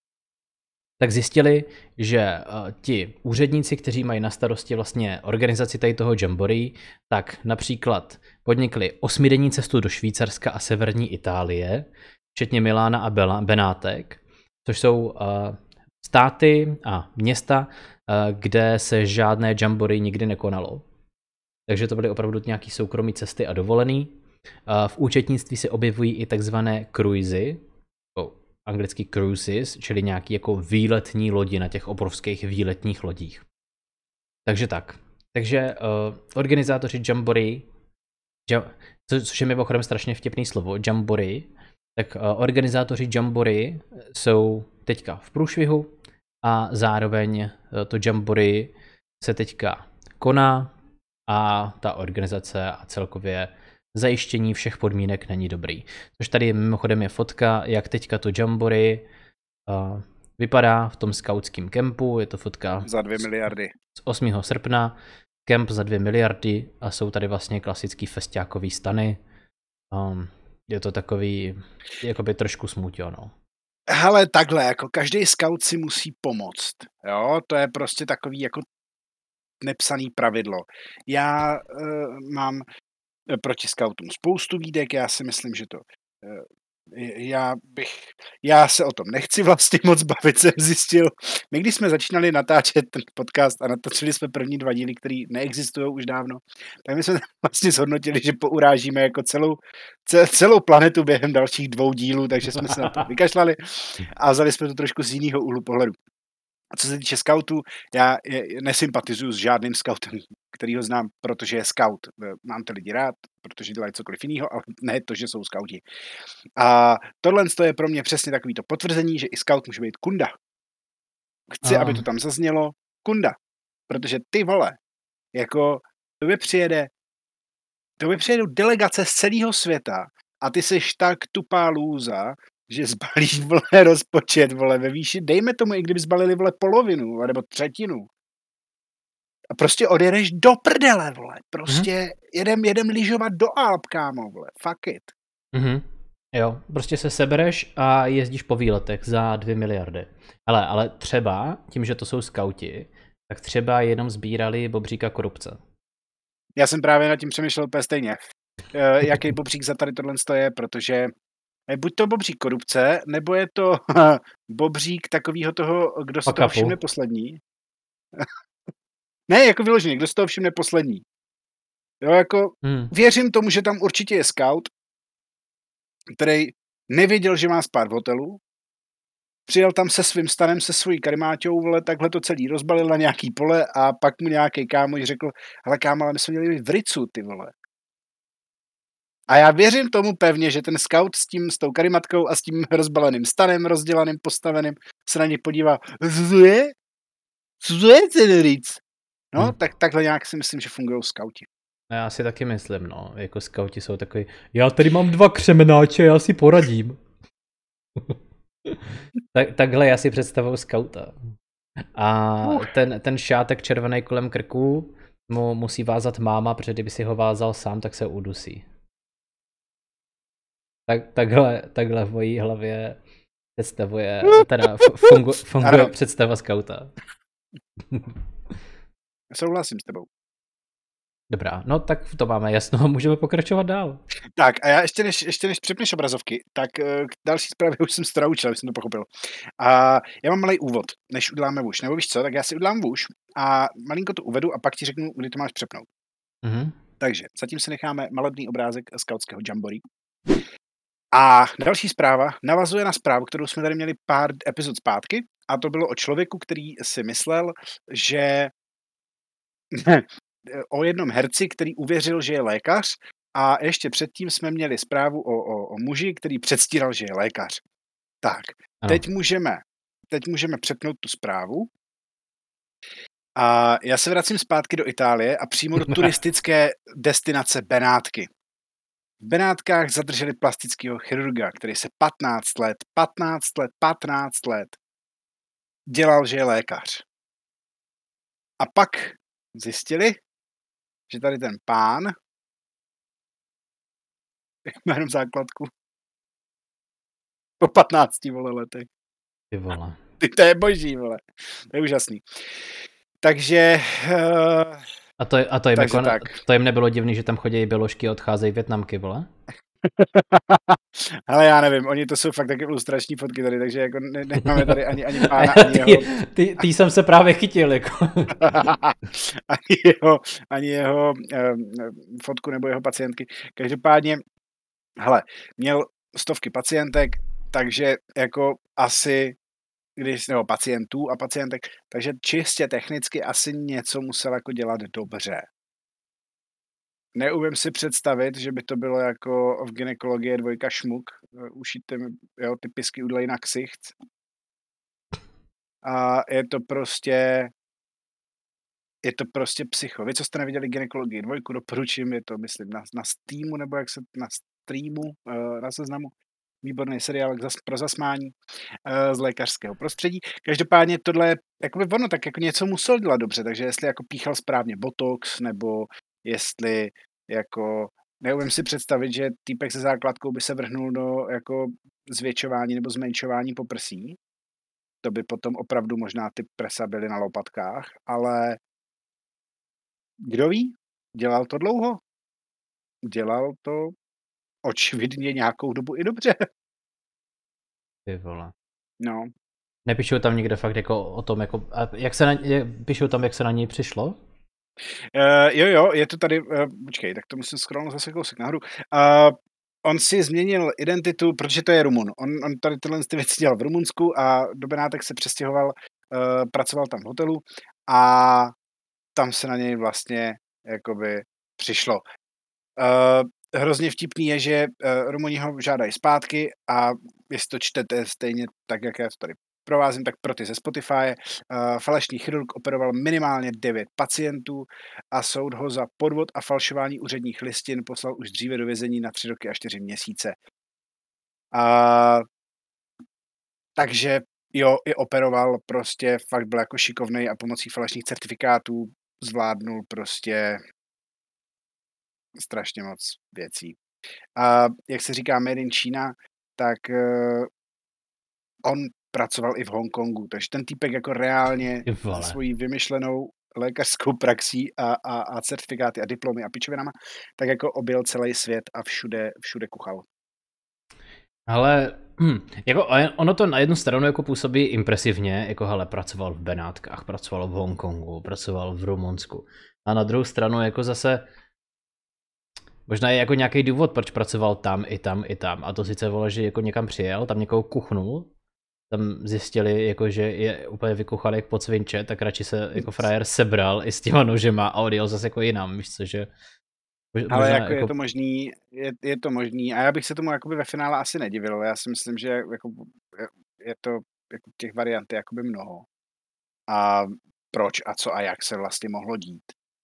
tak zjistili, že ti úředníci, kteří mají na starosti vlastně organizaci tady toho Jamboree, tak například podnikli 8denní cestu do Švýcarska a severní Itálie, včetně Milána a Benátek, což jsou státy a města, kde se žádné Jamboree nikdy nekonalo. Takže to byly opravdu nějaký soukromí cesty a dovolený. V účetnictví se objevují i takzvané cruisy, anglicky cruises, čili nějaký jako výletní lodi na těch obrovských výletních lodích. Takže tak. Takže organizátoři Jamboree, což je mimochodem strašně vtipný slovo, Jamboree, tak organizátoři Jamboree jsou teďka v průšvihu a zároveň to Jamboree se teďka koná a ta organizace a celkově zajištění všech podmínek není dobrý. Což tady mimochodem je fotka, jak teďka to Jamboree vypadá v tom skautském kempu. Je to fotka za 2 miliardy. Z 8. srpna. Kemp za 2 miliardy a jsou tady vlastně klasický festiákový stany. Je to takový, jakoby trošku smutio, no. Hele, takhle, jako každý skaut si musí pomoct, jo, to je prostě takový jako nepsaný pravidlo. Já mám proti skautům spoustu výdek, já si myslím, že to já se o tom nechci vlastně moc bavit, jsem zjistil. My když jsme začínali natáčet ten podcast a natočili jsme první 2 díly, které neexistují už dávno, tak my jsme vlastně zhodnotili, že pourážíme jako celou planetu během dalších 2 dílů, takže jsme se na to vykašlali a vzali jsme to trošku z jiného úhlu pohledu. A co se týče skautů, já nesympatizuju s žádným skautem, kterýho znám, protože je skaut. Mám ty lidi rád, protože dělají cokoliv jiného, ale ne to, že jsou skauti. A tohle je pro mě přesně takovýto potvrzení, že i skaut může být kunda. Chci, aby to tam zaznělo, kunda. Protože ty vole, jako tobě přijedou delegace z celého světa a ty seš tak tupá lůza, že zbalíš, vole, rozpočet, vole, ve výši, dejme tomu, i kdyby zbalili, vole, polovinu, vole, nebo 1/3. A prostě odjedeš do prdele, vole, prostě jedem lyžovat do Alp, kámo, vole, fuck it. Jo, prostě se sebereš a jezdíš po výletech za 2 miliardy. Ale třeba, tím, že to jsou skauti, tak třeba jenom sbírali bobříka korupce. Já jsem právě nad tím přemýšlel úplně stejně. Jaký bobřík za tady tohle je, protože buď to bobřík korupce, nebo je to bobřík takového toho, kdo se toho všimne poslední. Ne, jako vyloženě, kdo se toho všimne poslední. Jo, jako věřím tomu, že tam určitě je scout, který nevěděl, že má spát v hotelu, přijel tam se svým stanem, se svojí karimáťou, vole, takhle to celý rozbalil na nějaký pole a pak mu nějaký kámoš řekl, hele kámo, ale my jsme měli v Ricu, ty vole. A já věřím tomu pevně, že ten scout s tou karimatkou a s tím rozbaleným stanem, rozdělaným, postaveným, se na ně podívá, co je ten Ric? No, tak takhle nějak si myslím, že fungují skauti. Já si taky myslím, no, jako skauti jsou takový, já tady mám 2 křemenáče, já si poradím. Takhle já si představuju skauta. A ten šátek červený kolem krku mu musí vázat máma, protože kdyby si ho vázal sám, tak se udusí. Takhle v mojí hlavě představuje, teda funguje představa skauta. Souhlasím s tebou. Dobrá, no tak to máme jasno, můžeme pokračovat dál. Tak a já ještě než přepneš obrazovky, tak k další zprávě už jsem se teda učil, jsem to pochopil. A já mám malý úvod, než uděláme vůž. Nebo víš co, tak já si udělám vůž a malinko to uvedu a pak ti řeknu, kdy to máš přepnout. Mm-hmm. Takže zatím si necháme malebný obrázek skautského jamboree. A další zpráva navazuje na zprávu, kterou jsme tady měli pár epizod zpátky, a to bylo o člověku, který si myslel, že o jednom herci, který uvěřil, že je lékař, a ještě předtím jsme měli zprávu o muži, který předstíral, že je lékař. Tak, teď můžeme přepnout tu zprávu. A já se vracím zpátky do Itálie a přímo do turistické destinace Benátky. V Benátkách zadrželi plastického chirurga, který se 15 let dělal, že je lékař. A pak zjistili, že tady ten pán má jenom základku po 15 letech. Ty vole. To je boží, vole. To je úžasný. Takže... To jim nebylo divný, že tam chodí běložky a odcházejí Vietnamky, vole? Ale já nevím, oni to jsou fakt taky ilustrační fotky tady, takže jako nemáme tady ani pána, ani jeho... Ty jsem se právě chytil, jako. ani jeho fotku nebo jeho pacientky. Každopádně, hele, měl stovky pacientek, takže jako asi, nebo pacientů a pacientek, takže čistě technicky asi něco musel jako dělat dobře. Neumím si představit, že by to bylo jako v gynekologie 2 šmuk, ušíte ty pisky udělají na ksicht. A je to prostě psycho. Vy, co jste neviděli gynekologii 2, doporučím, je to, myslím, na Steamu, nebo jak se na streamu, na Seznamu. Výborný seriál pro zasmání z lékařského prostředí. Každopádně tohle, jakoby ono, tak jako něco musel dělat dobře, takže jestli jako píchal správně botox, nebo jestli jako, neumím si představit, že týpek se základkou by se vrhnul do jako zvětšování nebo zmenšování poprsí. To by potom opravdu možná ty prsa byly na lopatkách, ale kdo ví, dělal to dlouho. Dělal to očividně nějakou dobu i dobře. Ty vole. No. Nepíšou tam někde fakt jako o tom, jako, píšou tam, jak se na něj přišlo? Jo, je to tady, počkej, tak to musím scrollnout zase kousek nahoru. On si změnil identitu, protože to je Rumun. On tady tyhle věci dělal v Rumunsku a do Benátek se přestěhoval, pracoval tam v hotelu a tam se na něj vlastně jakoby přišlo. Hrozně vtipný je, že Rumuni ho žádají zpátky a jestli to čtete stejně tak, jak já to tady provázím, tak pro ty ze Spotify. Falešný chirurg operoval minimálně 9 pacientů a soud ho za podvod a falšování úředních listin poslal už dříve do vězení na 3 roky a 4 měsíce. Takže jo, i operoval, prostě fakt byl jako šikovnej a pomocí falešných certifikátů zvládnul prostě strašně moc věcí. A jak se říká Made in China, tak on pracoval i v Hongkongu, takže ten týpek jako reálně svojí vymyšlenou lékařskou praxí a certifikáty a diplomy a pičovinama, tak jako objel celý svět a všude kuchal. Ale jako ono to na jednu stranu jako působí impresivně, jako hele, pracoval v Benátkách, pracoval v Hongkongu, pracoval v Rumunsku. A na druhou stranu jako zase Možná je jako nějaký důvod, proč pracoval tam, i tam, i tam. A to sice vole, že jako někam přijel, tam někoho kuchnul, tam zjistili, jako, že je úplně vykuchalý jak podsvinče, tak radši se jako frajer sebral i s těma nožema a odjel zase jako jinam, víš co, že... Ale jako je to možný, je to možný a já bych se tomu jakoby ve finále asi nedivil, já si myslím, že jako je to jako těch variant je jakoby mnoho. A proč a co a jak se vlastně mohlo dít.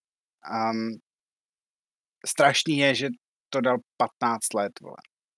Strašný je, že to dal 15 let, vole.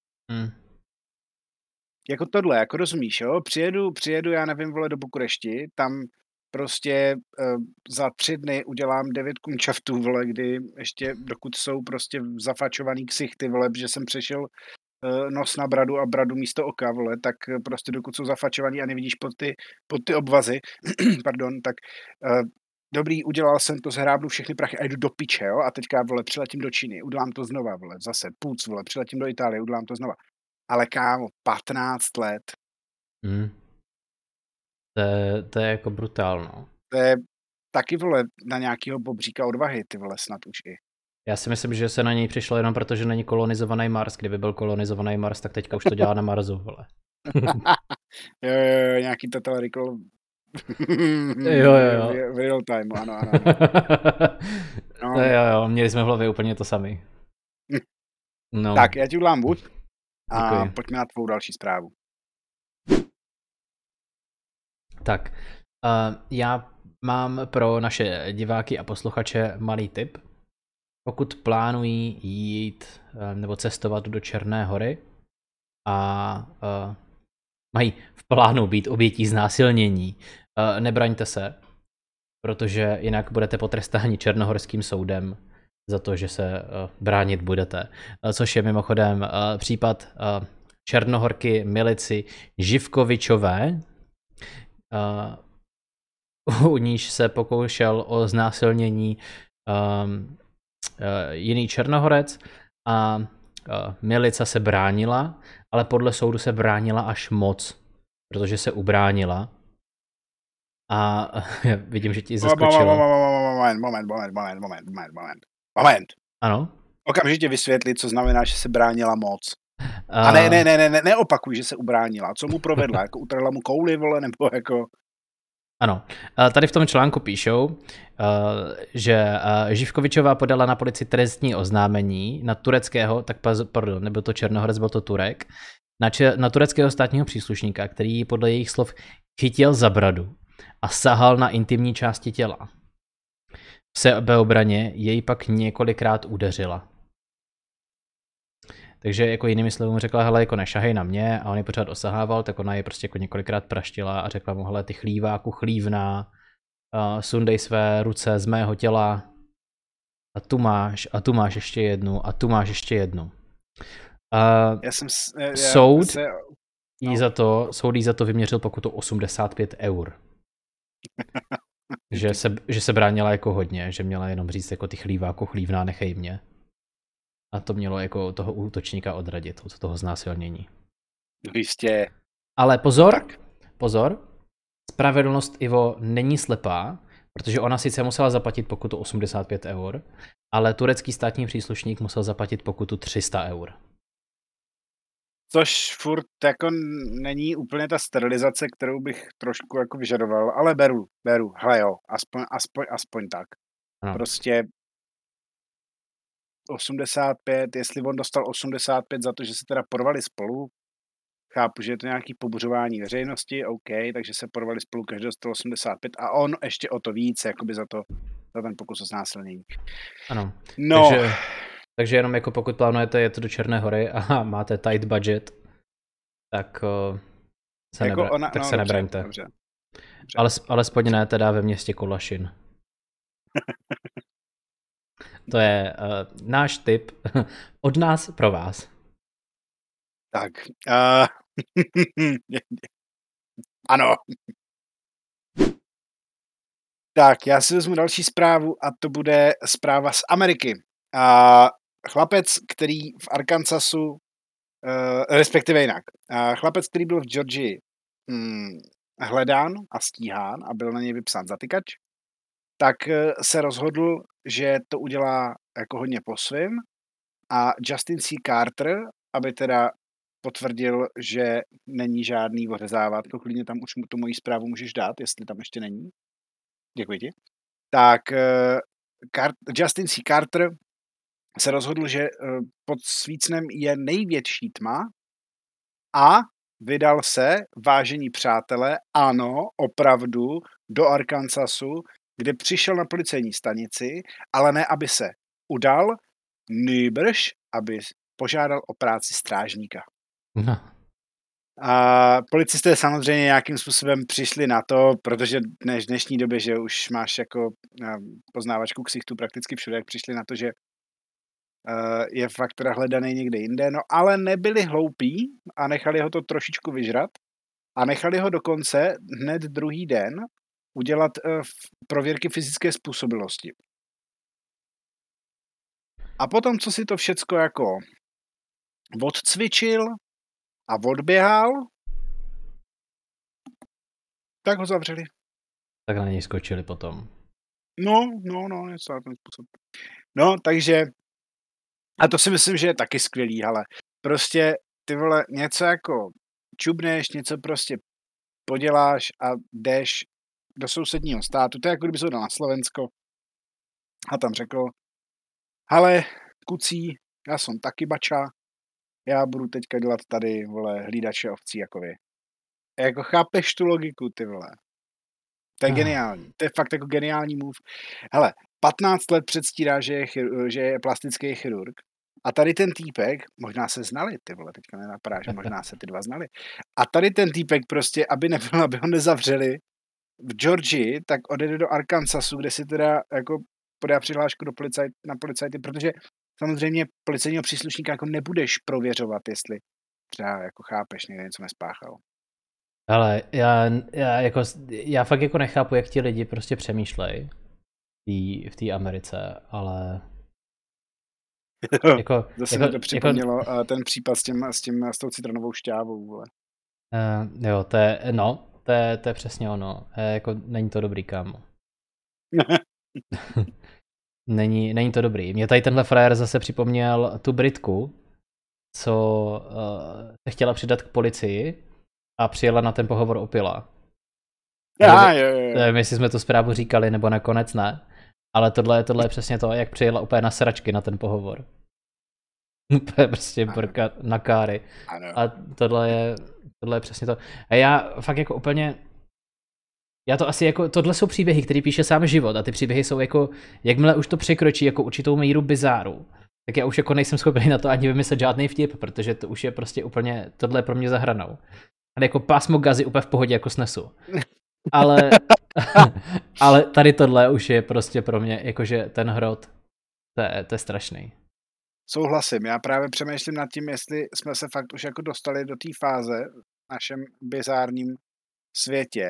Jako tohle, jako rozumíš, jo? Přijedu, já nevím, vole, do Bukurešti, tam prostě za 3 dny udělám 9 kunčaftů, vole, kdy ještě, dokud jsou prostě zafačovaný ksichty, vole, že jsem přešel nos na bradu a bradu místo oka, vole, tak prostě dokud jsou zafačovaný a nevidíš pod ty obvazy, pardon, tak dobrý, udělal jsem to, zhrábnu všechny prachy a jdu do piče, jo, a teďka, vole, přiletím do Číny, udělám to znova, vole, zase, půc, vole, přiletím do Itálie, udělám to znova. Ale kámo, 15 let. To je jako brutálno. To je taky, vole, na nějakýho bobříka odvahy, ty vole, snad už i. Já si myslím, že se na něj přišlo jenom proto, že není kolonizovaný Mars. Kdyby byl kolonizovaný Mars, tak teďka už to dělá na Marsu, vole. jo, nějaký Total Recall. jo. V real time, ano. No. Jo, měli jsme v hlavě úplně to samý. No. Tak, já ti udělám buď a děkuji. Pojďme na tvou další zprávu. Tak, já mám pro naše diváky a posluchače malý tip. Pokud plánují jít nebo cestovat do Černé Hory a mají v plánu být obětí znásilnění, nebraňte se, protože jinak budete potrestáni černohorským soudem za to, že se bránit budete. Což je mimochodem případ černohorky milici Živkovičové, u níž se pokoušel o znásilnění jiný Černohorec a milica se bránila, ale podle soudu se bránila až moc, protože se ubránila. A vidím, že ti zaskočilo. Moment. Ano? Okamžitě vysvětli, co znamená, že se bránila moc. A neopakuj, že se ubránila. Co mu provedla? Jako utrhla mu kouli, vole, nebo jako... Ano. Tady v tom článku píšou, že Živkovičová podala na policii trestní oznámení na tureckého, pardon, nebyl to Černohorec, byl to Turek, na tureckého státního příslušníka, který podle jejich slov chytil za bradu a sahal na intimní části těla. V sebeobraně jej pak několikrát udeřila. Takže jako jinými slovy mu řekla, hele, jako nešahej na mě, a on ji pořád osahával, tak ona je prostě jako několikrát praštila a řekla mu, hele, ty chlíváku chlívná, sundej své ruce z mého těla a tu máš ještě jednu a tu máš ještě jednu. Soud jí za to vyměřil pokutu 85 €. že se bránila jako hodně, že měla jenom říct jako ty chlíváku chlívná, nechej mě. A to mělo jako toho útočníka odradit od toho znásilnění. Jistě. Ale pozor, spravedlnost, Ivo, není slepá, protože ona sice musela zaplatit pokutu 85 €, ale turecký státní příslušník musel zaplatit pokutu 300 €. Což furt jako není úplně ta sterilizace, kterou bych trošku jako vyžadoval, ale beru. Hele jo, aspoň tak. Ano. Prostě 85, jestli on dostal 85 za to, že se teda porvali spolu, chápu, že je to nějaký pobuřování veřejnosti, OK, takže se porvali spolu, každý dostal 85 a on ještě o to víc, jakoby za ten pokus o znásilnění. Ano, no. Takže jenom jako pokud plánujete jet do Černé Hory a máte tight budget, tak se nebraňte. Dobře. Alespoň ne teda ve městě Kolašin. To je náš tip od nás pro vás. Tak. Ano. Tak, já si vezmu další zprávu a to bude zpráva z Ameriky. Chlapec, který v Arkansasu, respektive jinak, chlapec, který byl v Georgii hledán a stíhán a byl na něj vypsán zatykač, tak se rozhodl, že to udělá jako hodně po svým a Justin C. Carter, aby teda potvrdil, že není žádný ořezávátko, klidně tam už tu moji zprávu můžeš dát, jestli tam ještě není. Děkuji ti. Tak Justin C. Carter se rozhodl, že pod svícnem je největší tma a vydal se, vážení přátelé, ano, opravdu, do Arkansasu, kde přišel na policejní stanici, ale ne, aby se udal, nýbrž, aby požádal o práci strážníka. No. A policisté samozřejmě nějakým způsobem přišli na to, protože v dnešní době, že už máš jako poznávačku ksichtů prakticky všude, jak přišli na to, že je fakt teda hledaný někde jinde, no ale nebyli hloupí a nechali ho to trošičku vyžrat a nechali ho dokonce hned druhý den udělat prověrky fyzické způsobilosti. A potom, co si to všecko jako odcvičil a odběhal, tak ho zavřeli. Tak na něj skočili potom. No, něco na ten způsob. No, takže, a to si myslím, že je taky skvělý, ale prostě ty vole, něco jako čubneš, něco prostě poděláš a jdeš do sousedního státu, to je jako kdyby se dal na Slovensko a tam řekl, hele, kucí, já jsem taky bača, já budu teďka dělat tady, vole, hlídače ovcí jako vy. Jako chápeš tu logiku, ty vole. To je geniální. To je fakt jako geniální move. Hele, 15 let předstírá, že je plastický chirurg. A tady ten týpek, možná se znali, ty vole, teďka nenapadá, že možná se ty dva znali. A tady ten týpek prostě, aby ho nezavřeli v Georgii, tak odjede do Arkansasu, kde si teda jako podá přihlášku na policajty, protože samozřejmě policejního příslušníka jako nebudeš prověřovat, jestli třeba jako chápeš, někde něco nespáchal. Ale já fakt jako nechápu, jak ti lidi prostě přemýšlejí v té Americe, ale jako, zase mi to připomnělo jako, ten případ s tou citronovou šťávou, vole. Jo, to je přesně ono. Jako není to dobrý, kámo. Není to dobrý. Mě tady tenhle frajer zase připomněl tu Britku, co se chtěla přidat k policii a přijela na ten pohovor opila. Nevím, jestli jsme tu zprávu říkali, nebo nakonec ne. Ale tohle je přesně to, jak přijela úplně na sračky na ten pohovor. Úplně prostě brka na káry. A tohle je přesně to. A já fakt jako úplně... Já to asi jako... Tohle jsou příběhy, které píše sám život a ty příběhy jsou jako... Jakmile už to překročí jako určitou míru bizáru, tak já už jako nejsem schopný na to ani vymyslet žádný vtip, protože to už je prostě úplně... Tohle je pro mě za hranou. Ale jako pásmo Gazy úplně v pohodě jako snesu. Ale tady tohle už je prostě pro mě, jakože ten hrot, to je strašný. Souhlasím, já právě přemýšlím nad tím, jestli jsme se fakt už jako dostali do té fáze v našem bizárním světě,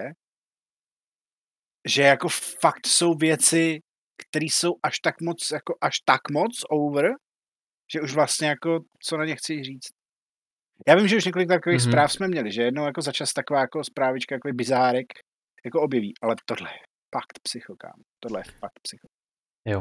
že jako fakt jsou věci, které jsou až tak moc over, že už vlastně jako, co na ně chci říct. Já vím, že už několik takových zpráv jsme měli, že jednou jako za čas taková jako zprávička, jako bizárek, jako objeví, ale tohle je fakt psychokám. Tohle je fakt psycho. Jo,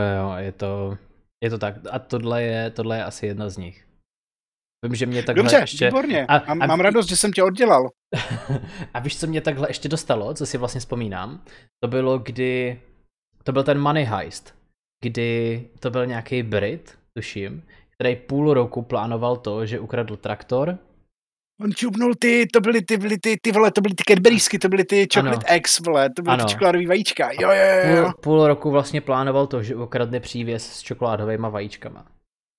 je to tak. A tohle je asi jedna z nich. Vím, že mě takhle dobře, ještě... výborně. Mám radost, že jsem tě oddělal. A víš, co mě takhle ještě dostalo, co si vlastně vzpomínám? To byl ten Money Heist, kdy to byl nějaký Brit, tuším, který půl roku plánoval to, že ukradl traktor. On čubnul to byly ty Cadburysky, to byly ty Chocolate Eggs, vole, to byly ty čokoládový vajíčka, jo. Půl roku vlastně plánoval to, že ukradne přívěs s čokoládovými vajíčkama.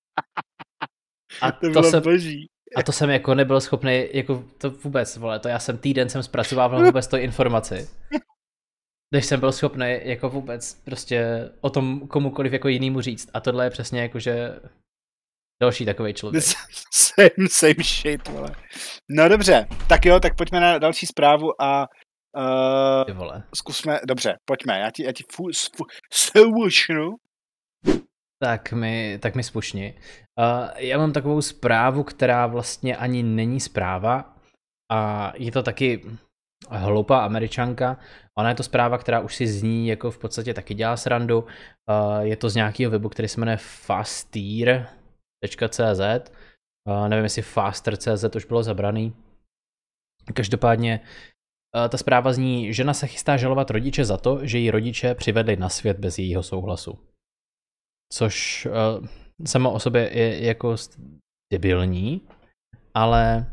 A to bylo boží. A to jsem jako nebyl schopný, jako to vůbec, vole, to já jsem týden zpracovával vůbec tu informaci. Než jsem byl schopný jako vůbec prostě o tom komukoliv jako jinýmu říct. A tohle je přesně jako, že další takovej člověk. Same shit, vole. No dobře, tak jo, tak pojďme na další zprávu a zkusme, dobře, pojďme, já ti spušnu. Tak mi spušni. Já mám takovou zprávu, která vlastně ani není zpráva a je to taky hloupá Američanka. Ona je to zpráva, která už si zní jako v podstatě taky dělá srandu. Je to z nějakého webu, který se jmenuje Fasteer. .cz, nevím, jestli Faster.cz už bylo zabraný. Každopádně ta zpráva zní, žena se chystá žalovat rodiče za to, že ji rodiče přivedli na svět bez jejího souhlasu. Což samo o sobě je jako debilní, ale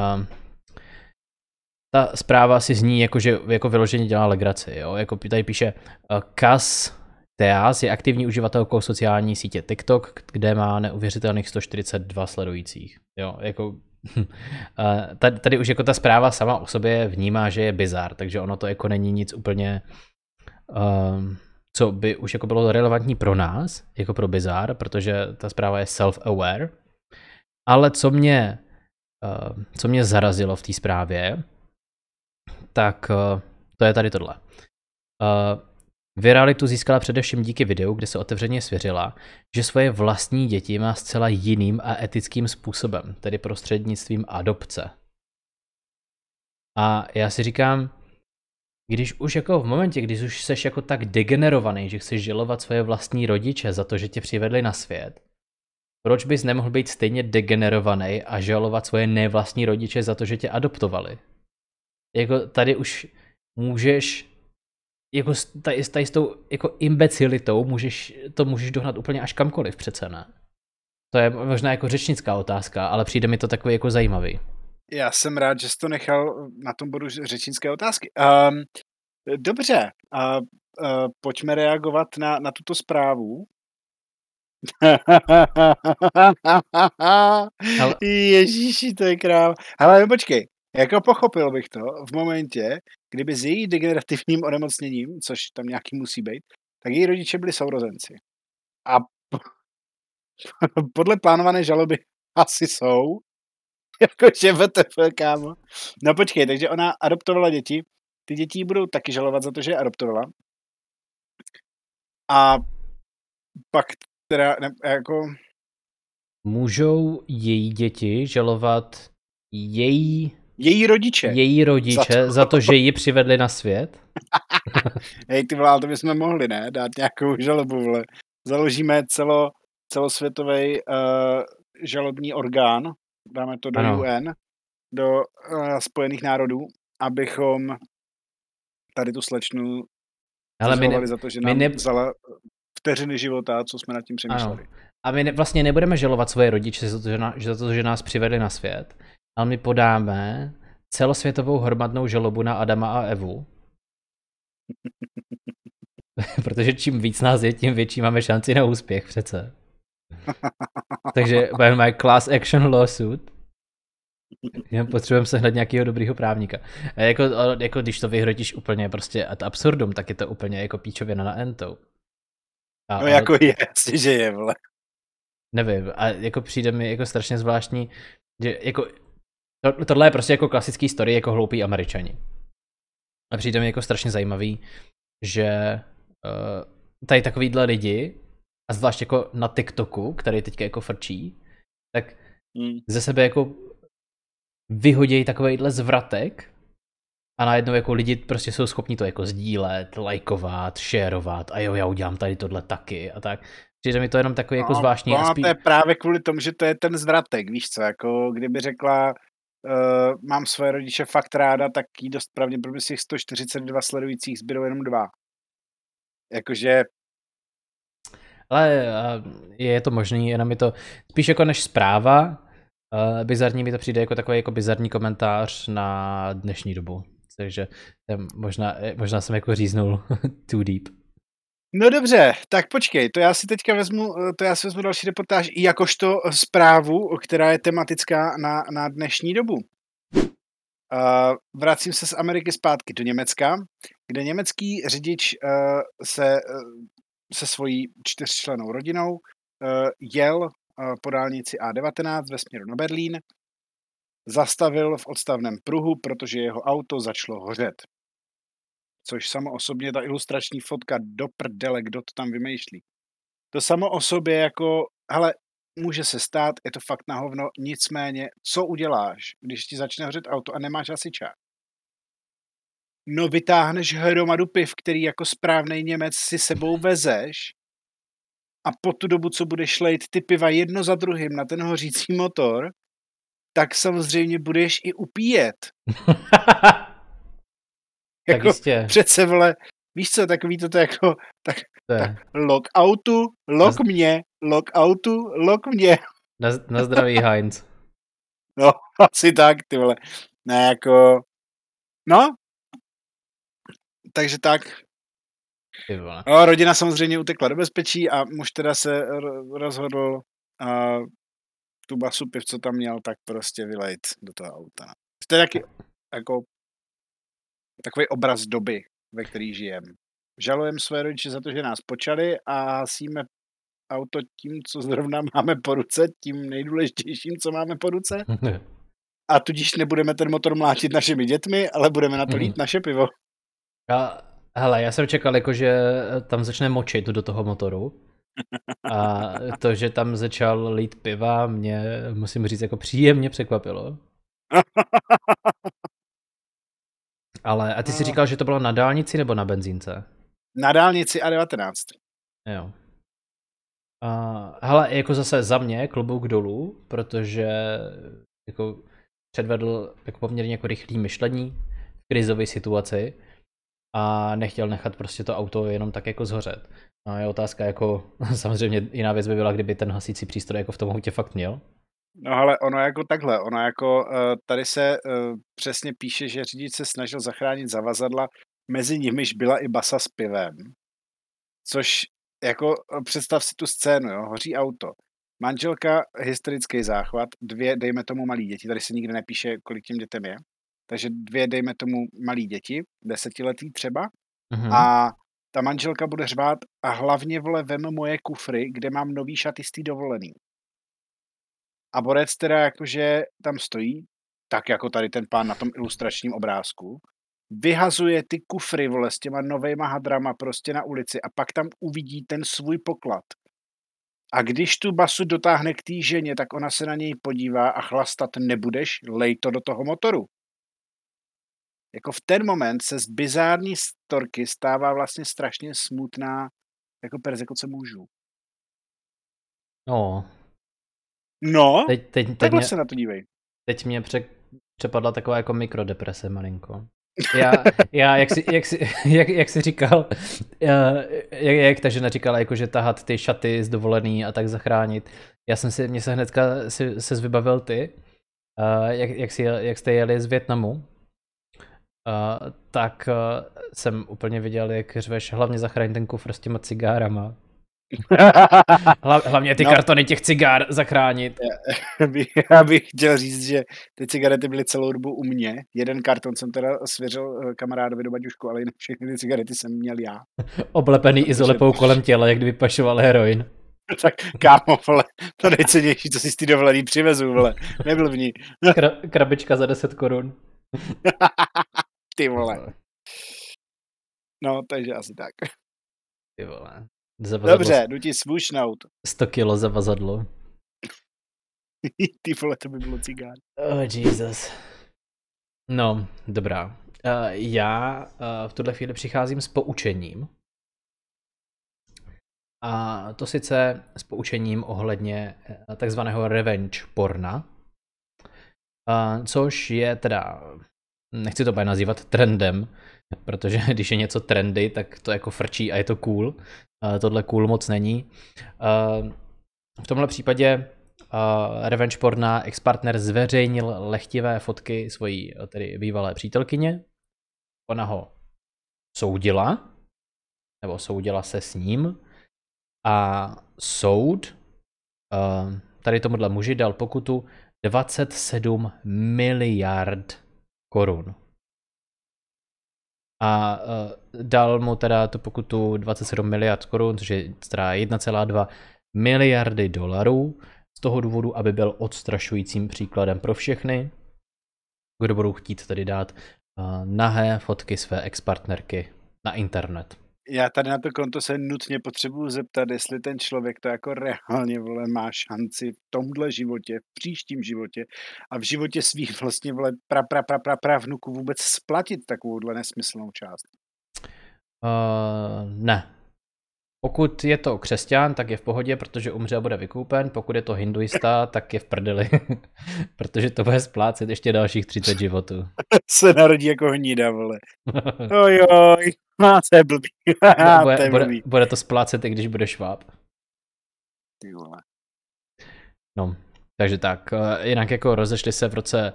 ta zpráva si zní jako, že jako vyloženě dělá legraci. Jo? Jako tady píše Cas Teas je aktivní uživatelkou sociální sítě TikTok, kde má neuvěřitelných 142 sledujících. Jo, jako tady už jako ta zpráva sama o sobě vnímá, že je bizar, takže ono to jako není nic úplně, co by už jako bylo relevantní pro nás, jako pro bizar, protože ta zpráva je self-aware. Ale co mě zarazilo v té zprávě, tak to je tady tohle. Viralitu získala především díky videu, kde se otevřeně svěřila, že svoje vlastní děti má zcela jiným a etickým způsobem, tedy prostřednictvím adopce. A já si říkám, když už jako v momentě, když už seš jako tak degenerovaný, že chceš žalovat svoje vlastní rodiče za to, že tě přivedli na svět, proč bys nemohl být stejně degenerovaný a žalovat svoje nevlastní rodiče za to, že tě adoptovali? Jako tady už můžeš jako tady s tou jako imbecilitou můžeš dohnat úplně až kamkoliv přece, ne? To je možná jako řečnická otázka, ale přijde mi to takový jako zajímavý. Já jsem rád, že jsi to nechal na tom bodu řečnické otázky. Dobře, pojďme reagovat na tuto zprávu. Ježíši, to je král. Ale počkej, jako pochopil bych to v momentě, kdyby s její degenerativním onemocněním, což tam nějaký musí být, tak její rodiče byli sourozenci. A podle plánované žaloby asi jsou. Jakože VTF, kámo. No počkej, takže ona adoptovala děti. Ty děti budou taky žalovat za to, že je adoptovala. A pak teda, jako... Můžou její děti žalovat její rodiče za to, že ji přivedli na svět? Hej, ty vlá, to bychom mohli, ne? Dát nějakou žalobu, vle. Založíme celosvětový žalobní orgán, dáme to do UN, do Spojených národů, abychom tady tu slečnu žalovali za to, že nám vzala vteřiny života, co jsme nad tím přemýšleli. Ano. A my vlastně nebudeme žalovat svoje rodiče za to, že nás přivedli na svět, ale my podáme celosvětovou hromadnou žalobu na Adama a Evu. Protože čím víc nás je, tím větší máme šanci na úspěch přece. Takže budeme mít class action lawsuit. Potřebujeme sehnat nějakého dobrýho právníka. Jako když to vyhrotíš úplně prostě ad absurdum, tak je to úplně jako píčovina na entou. No jako je, asi, že je, vole. Nevím, a jako přijde mi jako strašně zvláštní, že jako tohle je prostě jako klasický story jako hloupí Američani. A přijde mi jako strašně zajímavý, že tady takovýhle lidi, a zvlášť jako na TikToku, který teďka jako frčí, tak ze sebe jako vyhodějí takovýhle zvratek a najednou jako lidi prostě jsou schopni to jako sdílet, lajkovat, šerovat a jo, já udělám tady tohle taky a tak. Přijde mi to jenom takový jako zvláštní. To je právě kvůli tomu, že to je ten zvratek, víš co, jako kdyby řekla mám svoje rodiče fakt ráda, tak jí dost pravděpodobně z těch 142 sledujících zbydou jenom 2. Jakože... Ale je to možný, jenom je to spíš jako než zpráva. Bizarní mi to přijde jako takový jako bizarní komentář na dnešní dobu. Takže možná jsem jako říznul too deep. No dobře, tak počkej, to já si vezmu další reportáž i jakožto zprávu, která je tematická na dnešní dobu. Vracím se z Ameriky zpátky do Německa, kde německý řidič se svojí 4člennou rodinou jel po dálnici A19 ve směru na Berlín, zastavil v odstavném pruhu, protože jeho auto začalo hořet. Což samo o sobě, ta ilustrační fotka do prdele, kdo to tam vymýšlí. To samo o sobě jako, hele, může se stát, je to fakt na hovno, nicméně, co uděláš, když ti začne hořet auto a nemáš hasičák? No vytáhneš hromadu piv, který jako správnej Němec si sebou vezeš a po tu dobu, co budeš lejt ty piva jedno za druhým na ten hořící motor, tak samozřejmě budeš i upíjet. Tak jistě. Přece, vole, víš co, takový to jako, tak lockoutu, lock mě. Na zdraví, Heinz. No, asi tak, ty vole. Ne, jako, no, takže tak. No, rodina samozřejmě utekla do bezpečí a muž teda se rozhodl tu basu piv, co tam měl, tak prostě vylejt do toho auta. To je taky jako takový obraz doby, ve který žijeme. Žalujeme své rodiče za to, že nás počali a hasíme auto tím, co zrovna máme po ruce, tím nejdůležitějším, co máme po ruce. A tudíž nebudeme ten motor mlátit našimi dětmi, ale budeme na to lít naše pivo. Hele, já jsem čekal, jako, že tam začne močit do toho motoru. A to, že tam začal lít piva, mě, musím říct, jako příjemně překvapilo. Ale, a ty jsi říkal, že to bylo na dálnici nebo na benzínce? Na dálnici A19. Jo. Hele, jako zase za mě klobouk dolů, protože jako předvedl jako poměrně jako rychlý myšlení v krizové situaci a nechtěl nechat prostě to auto jenom tak jako zhořet. A je otázka jako, samozřejmě jiná věc by byla, kdyby ten hasící přístroj jako v tom autě fakt měl. No ale ono jako takhle, ono jako tady se přesně píše, že řidič se snažil zachránit zavazadla, mezi nimiž byla i basa s pivem. Což jako představ si tu scénu, jo, hoří auto. Manželka, hysterický záchvat, 2, dejme tomu malý děti, tady se nikde nepíše, kolik těm dětem je, takže 2, dejme tomu malý děti, 10letý třeba, a ta manželka bude řvát a hlavně, vole, vem moje kufry, kde mám nový šaty z té dovolený. A borec teda jakože tam stojí, tak jako tady ten pán na tom ilustračním obrázku, vyhazuje ty kufry, vole, s těma novejma hadrama prostě na ulici a pak tam uvidí ten svůj poklad. A když tu basu dotáhne k té ženě, tak ona se na něj podívá a chlastat nebudeš, lej to do toho motoru. Jako v ten moment se z bizární storky stává vlastně strašně smutná jako perzekuce mužů. No, takhle se na to dívej. Teď mě přepadla taková jako mikrodeprese malinko. Já jak jsi říkal, jak ta žena říkala, jako, že tahat ty šaty z dovolený a tak zachránit. Mně se hnedka se vybavil ty, jak jste jeli z Vietnamu, tak jsem úplně viděl, jak řveš, hlavně zachráň ten kufr s těma cigárama. Hlavně ty kartony těch cigár zachránit. Já bych chtěl říct, že ty cigarety byly celou dobu u mě. Jeden karton jsem teda svěřil kamarádovi do baťušku, ale jinak všechny ty cigarety jsem měl já. Oblepený izolepou kolem těla, jak kdyby pašoval heroin. Tak kámo, vole, to nejcennější, co si z té dovolený přivezu, vole. Nebyl v ní. Krabička za 10 korun. Ty vole. No, takže asi tak. Ty vole. Dobře, jdu ti svůšnout. 100 kilo zavazadlo. Ty vole, to by bylo cigár. Oh, Jesus. No, dobrá. Já v tuhle chvíli přicházím s poučením. A to sice s poučením ohledně takzvaného revenge porna. Což je teda, nechci to úplně nazývat trendem, protože když je něco trendy, tak to jako frčí a je to cool. Tohle cool moc není. V tomhle případě revenge porna ex-partner zveřejnil lehtivé fotky svojí tedy bývalé přítelkyně. Ona ho soudila, nebo soudila se s ním a soud tady tomuhle muži dal pokutu 27 miliard korun. A dal mu teda tu pokutu 27 miliard korun, což je teda 1,2 miliardy dolarů, z toho důvodu, aby byl odstrašujícím příkladem pro všechny, kdo budou chtít tedy dát nahé fotky své ex-partnerky na internet. Já tady na to konto se nutně potřebuji zeptat, jestli ten člověk to jako reálně, vole, má šanci v tomhle životě, v příštím životě a v životě svých vlastně, vole, pravnuků vůbec splatit takovouhle nesmyslnou část. Ne. Pokud je to křesťan, tak je v pohodě, protože umře a bude vykoupen. Pokud je to hinduista, tak je v prdeli, protože to bude splácet ještě dalších 30 životů. Se narodí jako hnída, vole. Ojoj, to je blbý. Bude to splácet, i když bude šváb. Ty vole. No, takže tak. Jinak jako rozešli se v roce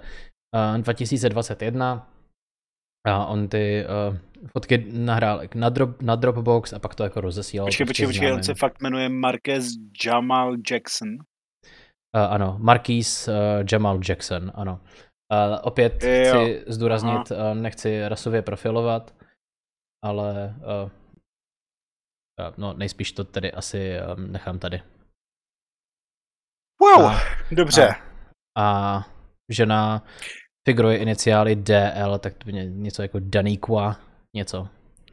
2021 a on ty fotky nahrál na Dropbox a pak to jako rozesílal. Počkej, on se fakt jmenuje Marquez Jamal Jackson. Ano, Marquez Jamal Jackson, ano. Opět chci zdůraznit, nechci rasově profilovat, ale no nejspíš to tedy asi nechám tady. Wow, dobře. A žena figuruje iniciály DL, tak to je něco jako Daniqua, něco.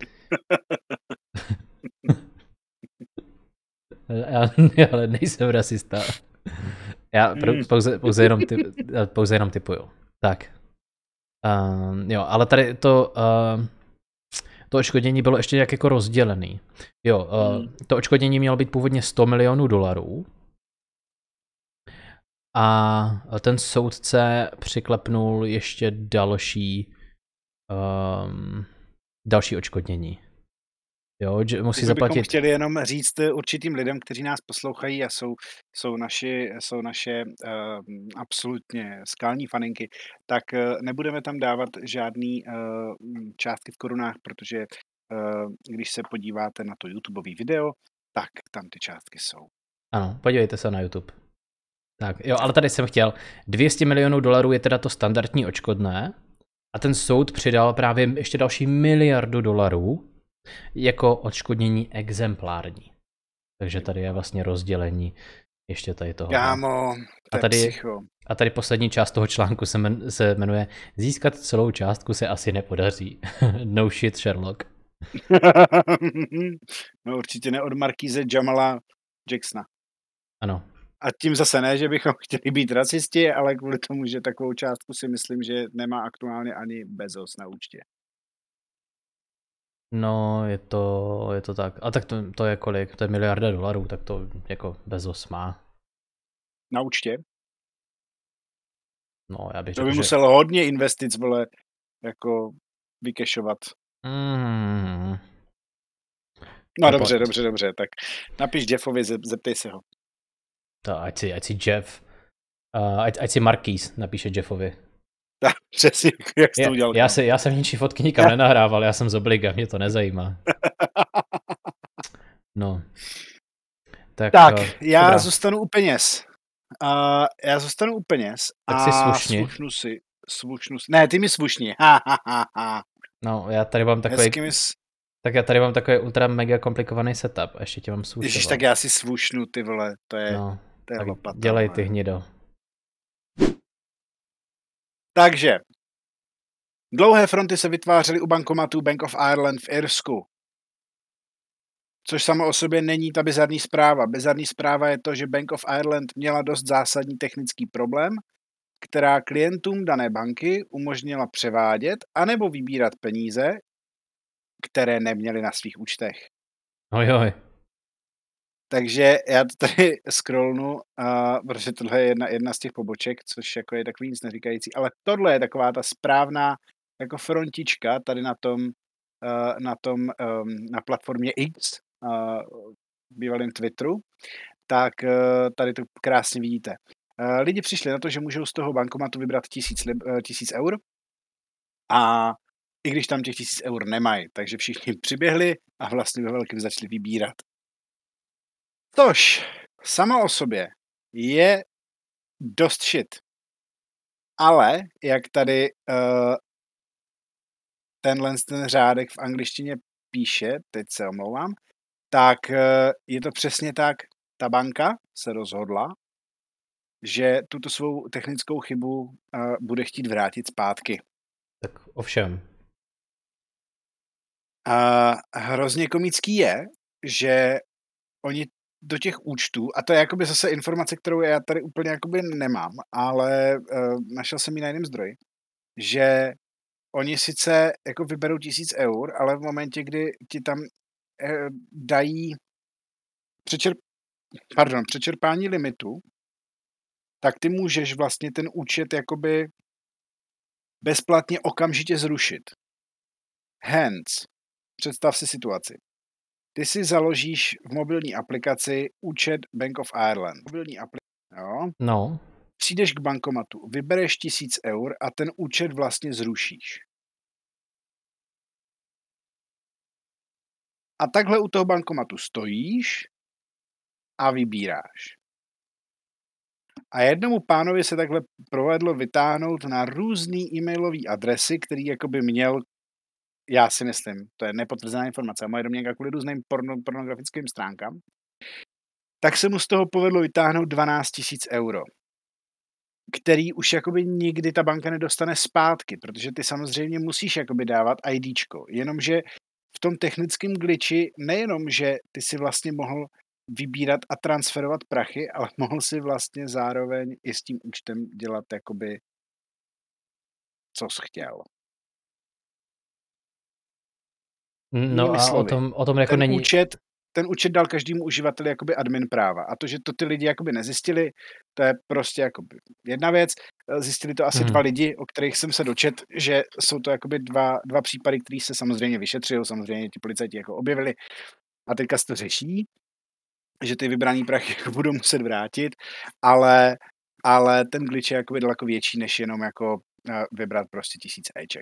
Já ale nejsem rasista. Já pouze jenom typuju. Tak. Jo, ale tady to odškodnění bylo ještě jak jako rozdělený. Jo, to odškodnění mělo být původně $100 milionů. A ten soudce přiklepnul ještě další odškodnění. Jo, musí zaplatit. Bychom chtěli jenom říct určitým lidem, kteří nás poslouchají a jsou naše absolutně skalní faninky, tak nebudeme tam dávat žádný částky v korunách, protože když se podíváte na to YouTubeový video, tak tam ty částky jsou. Ano, podívejte se na YouTube. Tak, jo, ale tady jsem chtěl, $200 milionů je teda to standardní odškodné a ten soud přidal právě ještě další $1 miliardu jako odškodnění exemplární. Takže tady je vlastně rozdělení ještě tady toho. Kámo, a tady poslední část toho článku se jmenuje Získat celou částku se asi nepodaří. No shit, Sherlock. No určitě ne od Marquise Jamala Jacksona. Ano. A tím zase ne, že bychom chtěli být rasisti, ale kvůli tomu, že takovou částku si myslím, že nemá aktuálně ani Bezos na účtě. No, je to tak. A tak to je kolik? To je $1 miliarda, tak to jako Bezos má. Na účtě? No, já bych řekl, to by že... muselo hodně investic, vole, jako vykešovat. No dobře, tak napiš Jeffovi, zeptej se ho. To ať si Jeff, ať si Marquis napíše Jeffovi. Tak, přesně, jak jsi to udělal. Já jsem ničí fotky nikam nenahrával, já jsem z obliga, mě to nezajímá. No. Tak já zůstanu u peněz. Tak si slušně. Slušnu si. Ne, ty mi slušně. No, já tady mám takový... Tak já tady mám takový ultra mega komplikovaný setup a ještě tě mám slušovat. Ježiš, tak já si slušnu, ty vole, to je lopata. Dělej ty hnido. Takže, dlouhé fronty se vytvářely u bankomatů Bank of Ireland v Irsku. Což samo o sobě není ta bizarní zpráva. Bizarní zpráva je to, že Bank of Ireland měla dost zásadní technický problém, která klientům dané banky umožnila převádět anebo vybírat peníze, které neměli na svých účtech. Ojoj. Takže já to tady scrollnu, protože tohle je jedna z těch poboček, což jako je takový nic neříkající, ale tohle je taková ta správná jako frontička tady na platformě X, bývalým Twitteru, tak tady to krásně vidíte. Lidi přišli na to, že můžou z toho bankomatu vybrat 1000 eur a i když tam těch 1000 eur nemají, takže všichni přiběhli a vlastně ve velkém začali vybírat. Tož sama o sobě je dost shit. Ale jak tady ten řádek v angličtině píše, teď se omlouvám, tak je to přesně tak. Ta banka se rozhodla, že tuto svou technickou chybu bude chtít vrátit zpátky. Tak ovšem. Hrozně komický je, že oni do těch účtů, a to je jakoby zase informace, kterou já tady úplně jakoby nemám, ale našel jsem ji na jiném zdroji, že oni sice jako vyberou 1000 eur, ale v momentě, kdy ti tam dají přečerpání limitu, tak ty můžeš vlastně ten účet jakoby bezplatně okamžitě zrušit. Hence, představ si situaci. Ty si založíš v mobilní aplikaci účet Bank of Ireland. Jo? No. Přijdeš k bankomatu, vybereš 1000 eur a ten účet vlastně zrušíš. A takhle u toho bankomatu stojíš a vybíráš. A jednomu pánovi se takhle provedlo vytáhnout na různý e-mailové adresy, který jakoby měl, já si myslím, to je nepotvrzená informace, moje domněnka kvůli různým pornografickým stránkám, tak se mu z toho povedlo vytáhnout 12 000 euro, který už jakoby nikdy ta banka nedostane zpátky, protože ty samozřejmě musíš jakoby dávat IDčko, jenomže v tom technickém glitchi nejenom, že ty si vlastně mohl vybírat a transferovat prachy, ale mohl si vlastně zároveň i s tím účtem dělat jakoby co jsi chtěl. No a o tom jako není... Ten účet dal každému uživateli jakoby admin práva. A to, že to ty lidi jakoby nezjistili, to je prostě jakoby jedna věc. Zjistili to asi 2 lidi, o kterých jsem se dočet, že jsou to jakoby dva případy, které se samozřejmě vyšetřují, samozřejmě ti policajti jako objevili a teďka se to řeší, že ty vybraný prachy budou muset vrátit, ale ten glitch je jakoby daleko větší, než jenom jako vybrat prostě 1000 éček.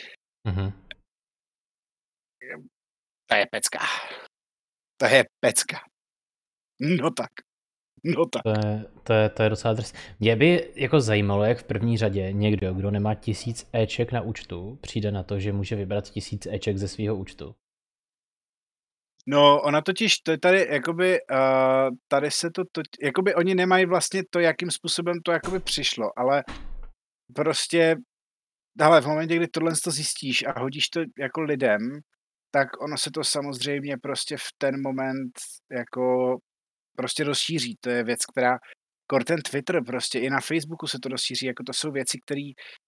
To je pecka. To je pecka. No tak. To je docela drsné. Mě by jako zajímalo, jak v první řadě někdo, kdo nemá 1000 éček na účtu, přijde na to, že může vybrat 1000 éček ze svého účtu. No, ona totiž, to je tady, jakoby, tady se to, jakoby oni nemají vlastně to, jakým způsobem to jakoby přišlo, ale prostě, hele, v momentě, kdy tohle to zjistíš a hodíš to jako lidem, tak ono se to samozřejmě prostě v ten moment jako prostě rozšíří. To je věc, která, ten Twitter prostě, i na Facebooku se to rozšíří, jako to jsou věci, které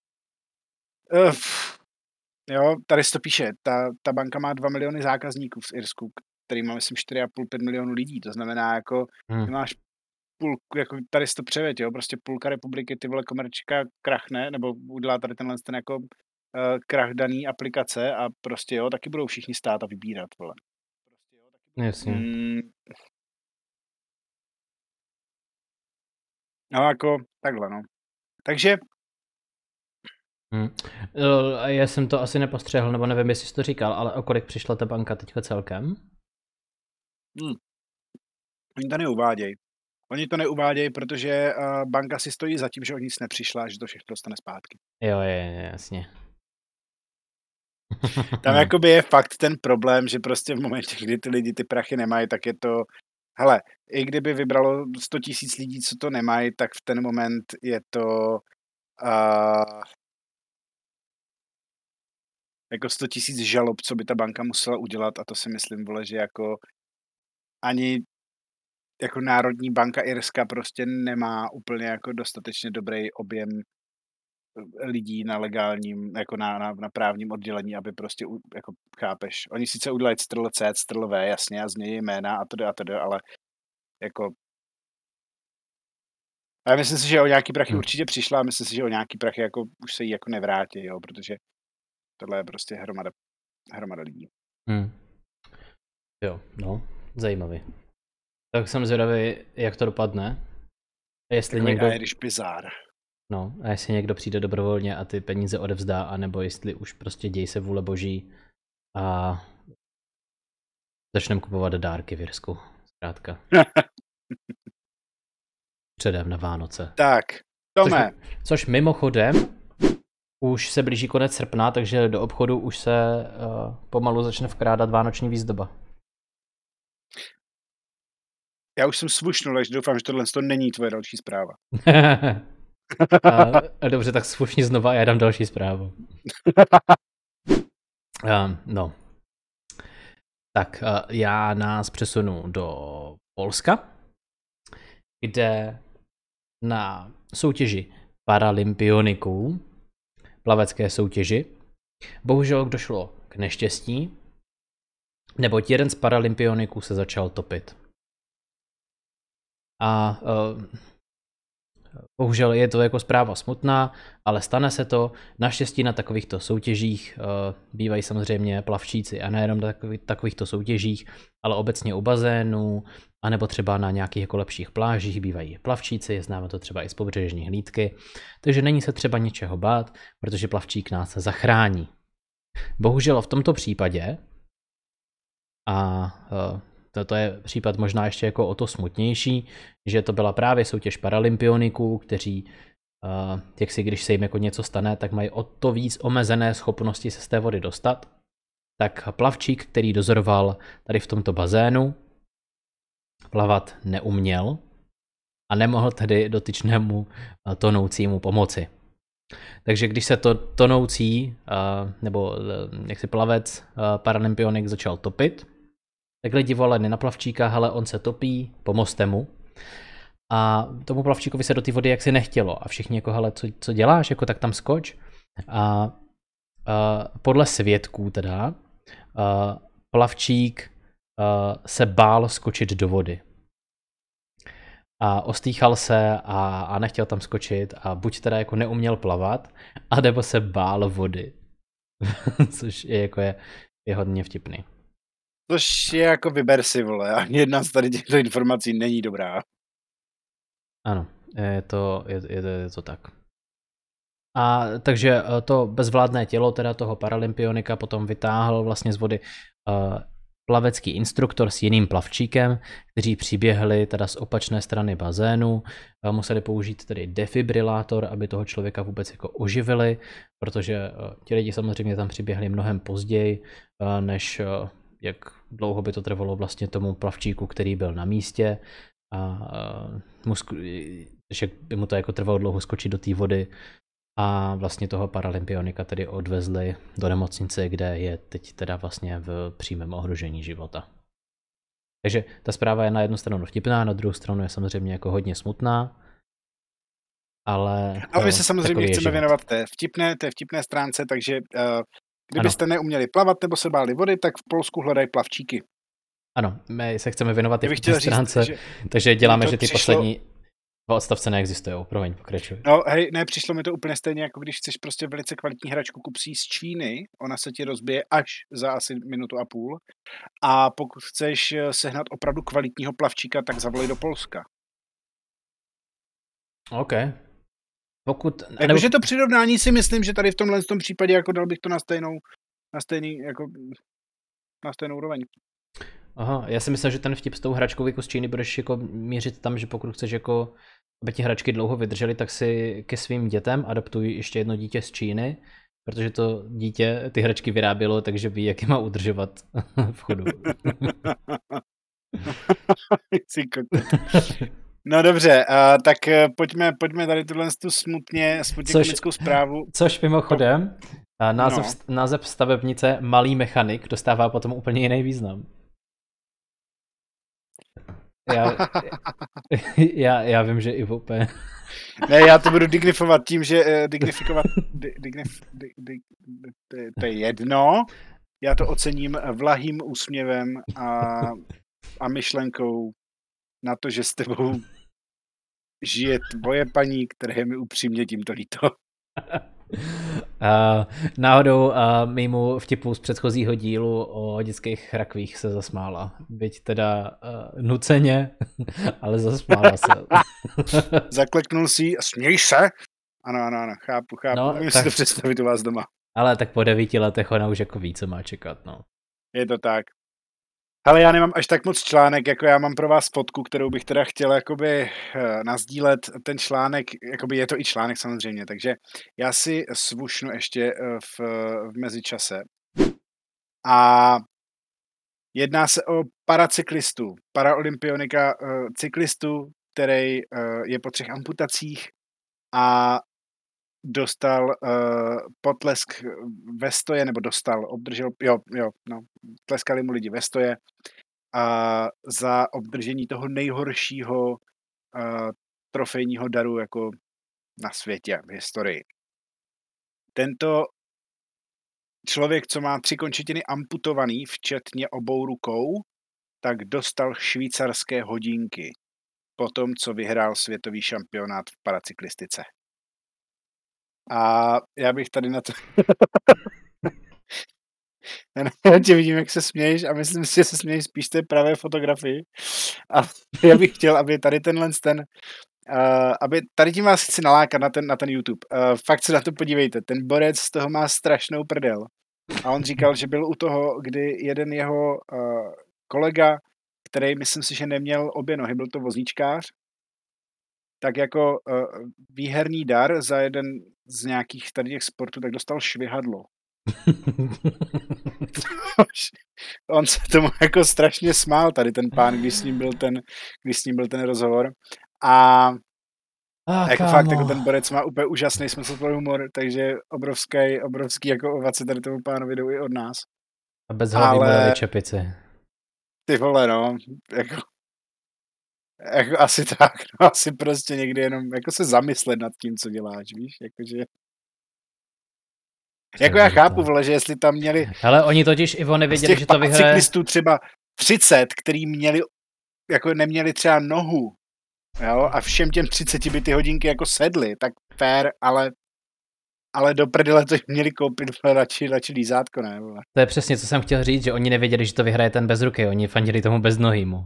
jo, tady se to píše, ta banka má 2 miliony zákazníků v Irsku, který má, myslím, 4,5-5 milionů lidí, to znamená, jako, ty máš jako tady se to převěď, jo, prostě půlka republiky, ty vole, Komerčka krachne, nebo udělá tady ten jako krach daný aplikace a prostě, jo, taky budou všichni stát a vybírat, vole. Jasně. No, jako, takhle, no. Takže já jsem to asi nepostřehl, nebo nevím, jestli jsi to říkal, ale o kolik přišla ta banka teďka celkem? Oni to neuvádějí. Oni to neuvádějí, protože banka si stojí za tím, že o nic nepřišla, že to všechno dostane zpátky. Jo, jasně. Tam jakoby je fakt ten problém, že prostě v momentě, kdy ty lidi ty prachy nemají, tak je to, hele, i kdyby vybralo 100 000 lidí, co to nemají, tak v ten moment je to jako 100 000 žalob, co by ta banka musela udělat, a to si myslím, vole, že jako ani jako Národní banka Irska prostě nemá úplně jako dostatečně dobrý objem lidí na legálním, jako na právním oddělení, aby prostě, jako chápeš, oni sice udělají Ctrl C, Ctrl V, jasně, a změní jména a to, ale jako a já myslím si, že o nějaký prachy určitě přišla a myslím si, že o nějaký prachy jako už se jí jako nevrátí, jo, protože tohle je prostě hromada lidí. Jo, no, zajímavý. Tak jsem zvědavý, jak to dopadne. Jestli někdo... Irish bizarre. No, a jestli někdo přijde dobrovolně a ty peníze odevzdá, anebo jestli už prostě děj se vůle boží a začneme kupovat dárky v Irsku. Zkrátka. Předem na Vánoce. Tak, Tome. Což mimochodem, už se blíží konec srpna, takže do obchodu už se pomalu začne vkrádat vánoční výzdoba. Já už jsem svušnul, takže doufám, že tohle není tvoje další zpráva. Dobře, tak svušni znova a já dám další zprávu. No. Tak já nás přesunu do Polska, kde na soutěži paralympioniků, plavecké soutěži, bohužel došlo k neštěstí, neboť jeden z paralympioniků se začal topit. A bohužel je to jako zpráva smutná, ale stane se to. Naštěstí na takovýchto soutěžích bývají samozřejmě plavčíci a nejenom na takovýchto soutěžích, ale obecně u bazénů, anebo třeba na nějakých jako lepších plážích bývají plavčíci, známe to třeba i z pobřežní hlídky, takže není se třeba ničeho bát, protože plavčík nás zachrání. Bohužel v tomto případě, a to je případ možná ještě jako o to smutnější, že to byla právě soutěž paralympioniků, kteří, jak si když se jim jako něco stane, tak mají o to víc omezené schopnosti se z té vody dostat. Tak plavčík, který dozoroval tady v tomto bazénu, plavat neuměl a nemohl tedy dotyčnému tonoucímu pomoci. Takže když se to tonoucí, nebo jaksi plavec paralympionik začal topit, tak lidi volali na plavčíka, hele, on se topí, pomozte mu. A tomu plavčíkovi se do té vody jaksi nechtělo. A všichni jako, hele, co děláš, jako tak tam skoč. A podle svědků teda, plavčík se bál skočit do vody. A ostýchal se a nechtěl tam skočit a buď teda jako neuměl plavat, anebo se bál vody. Což je hodně vtipný. Což je jako vyber si, vole, a jedna z tady těchto informací není dobrá. Ano, je to tak. A takže to bezvládné tělo teda toho paralympionika potom vytáhl vlastně z vody plavecký instruktor s jiným plavčíkem, kteří přiběhli teda z opačné strany bazénu, museli použít tedy defibrilátor, aby toho člověka vůbec jako oživili, protože ti lidi samozřejmě tam přiběhli mnohem později, než jak dlouho by to trvalo vlastně tomu plavčíku, který byl na místě, a že by mu to jako trvalo dlouho skočit do té vody. A vlastně toho paralympionika tedy odvezli do nemocnice, kde je teď teda vlastně v přímém ohrožení života. Takže ta zpráva je na jednu stranu vtipná, na druhou stranu je samozřejmě jako hodně smutná, ale... A my se samozřejmě chceme věnovat té vtipné stránce, takže kdybyste neuměli plavat nebo se báli vody, tak v Polsku hledají plavčíky. Ano, my se chceme věnovat i vtipné stránce, takže děláme, že ty poslední... Dva odstavce neexistujou, promiň, pokračuj. No hej, ne, přišlo mi to úplně stejně, jako když chceš prostě velice kvalitní hračku kupří z Číny, ona se ti rozbije až za asi minutu a půl, a pokud chceš sehnat opravdu kvalitního plavčíka, tak zavolej do Polska. OK. Pokud... Jakože to přirovnání si myslím, že tady v tomhle případě jako dal bych to na stejnou úroveň. Aha, já si myslím, že ten vtip s tou hračkou jako z Číny budeš jako mířit tam, že pokud chceš jako, aby ti hračky dlouho vydržely, tak si ke svým dětem adaptuj ještě jedno dítě z Číny, protože to dítě ty hračky vyrábělo, takže ví, jak je má udržovat v chodu. No dobře, tak pojďme tady tuhle smutně komickou zprávu. Což mimochodem, název stavebnice Malý mechanik dostává potom úplně jiný význam. Já vím, že i úplně. Ne, já to budu dignifovat tím, že to je jedno. Já to ocením vlahým úsměvem a myšlenkou na to, že s tebou žije tvoje paní, které je mi upřímně tímto líto. Náhodou mému vtipu z předchozího dílu o dětských rakvích se zasmála. Byť teda nuceně, ale zasmála se. Zakleknul si a směj se. Ano, chápu. No, můžu si to představit u vás doma. Ale tak po 9 letech ona už jako ví, co má čekat, no. Je to tak. Ale já nemám až tak moc článek, jako já mám pro vás fotku, kterou bych teda chtěl jakoby nasdílet. Ten článek, jakoby je to i článek samozřejmě, takže já si svušnu ještě v mezičase. A jedná se o paralympionika cyklistu, který je po 3 amputacích a dostal potlesk ve stoje, nebo obdržel, tleskali mu lidi ve stoje za obdržení toho nejhoršího trofejního daru jako na světě, v historii. Tento člověk, co má 3 končetiny amputovaný, včetně obou rukou, tak dostal švýcarské hodinky. po tom, co vyhrál světový šampionát v paracyklistice. A já bych tady na to... Já tě vidím, jak se směješ a myslím si, že se směješ spíš té pravé fotografii. A já bych chtěl, aby tady aby tady tím vás chci nalákat na ten YouTube. Fakt se na to podívejte, ten borec z toho má strašnou prdel. A on říkal, že byl u toho, kdy jeden jeho kolega, který myslím si, že neměl obě nohy, byl to vozíčkář, tak jako výherní dar za jeden z nějakých tady těch sportů, tak dostal švihadlo. On se tomu jako strašně smál, tady ten pán, když s ním byl ten rozhovor. A jako fakt, jako ten borec má úplně úžasný smysl pro humor, takže obrovský jako ovace tady tomu pánovi jdou i od nás. A bez hlavy moje čepice. Ty vole, no, jako asi tak, no, asi prostě někdy jenom jako se zamyslet nad tím, co děláš, víš, jakože... Jako já chápu, vole, že jestli tam měli... Ale oni totiž i oni věděli, že to vyhraje... Z těch cyklistů třeba 30, který neměli třeba nohu, jo, a všem těm 30 by ty hodinky jako sedly, tak fair, ale do prdele to měli koupit radši lízátko, ne, vole. To je přesně, co jsem chtěl říct, že oni nevěděli, že to vyhraje ten bez ruky, oni fandili tomu bez nohýmu.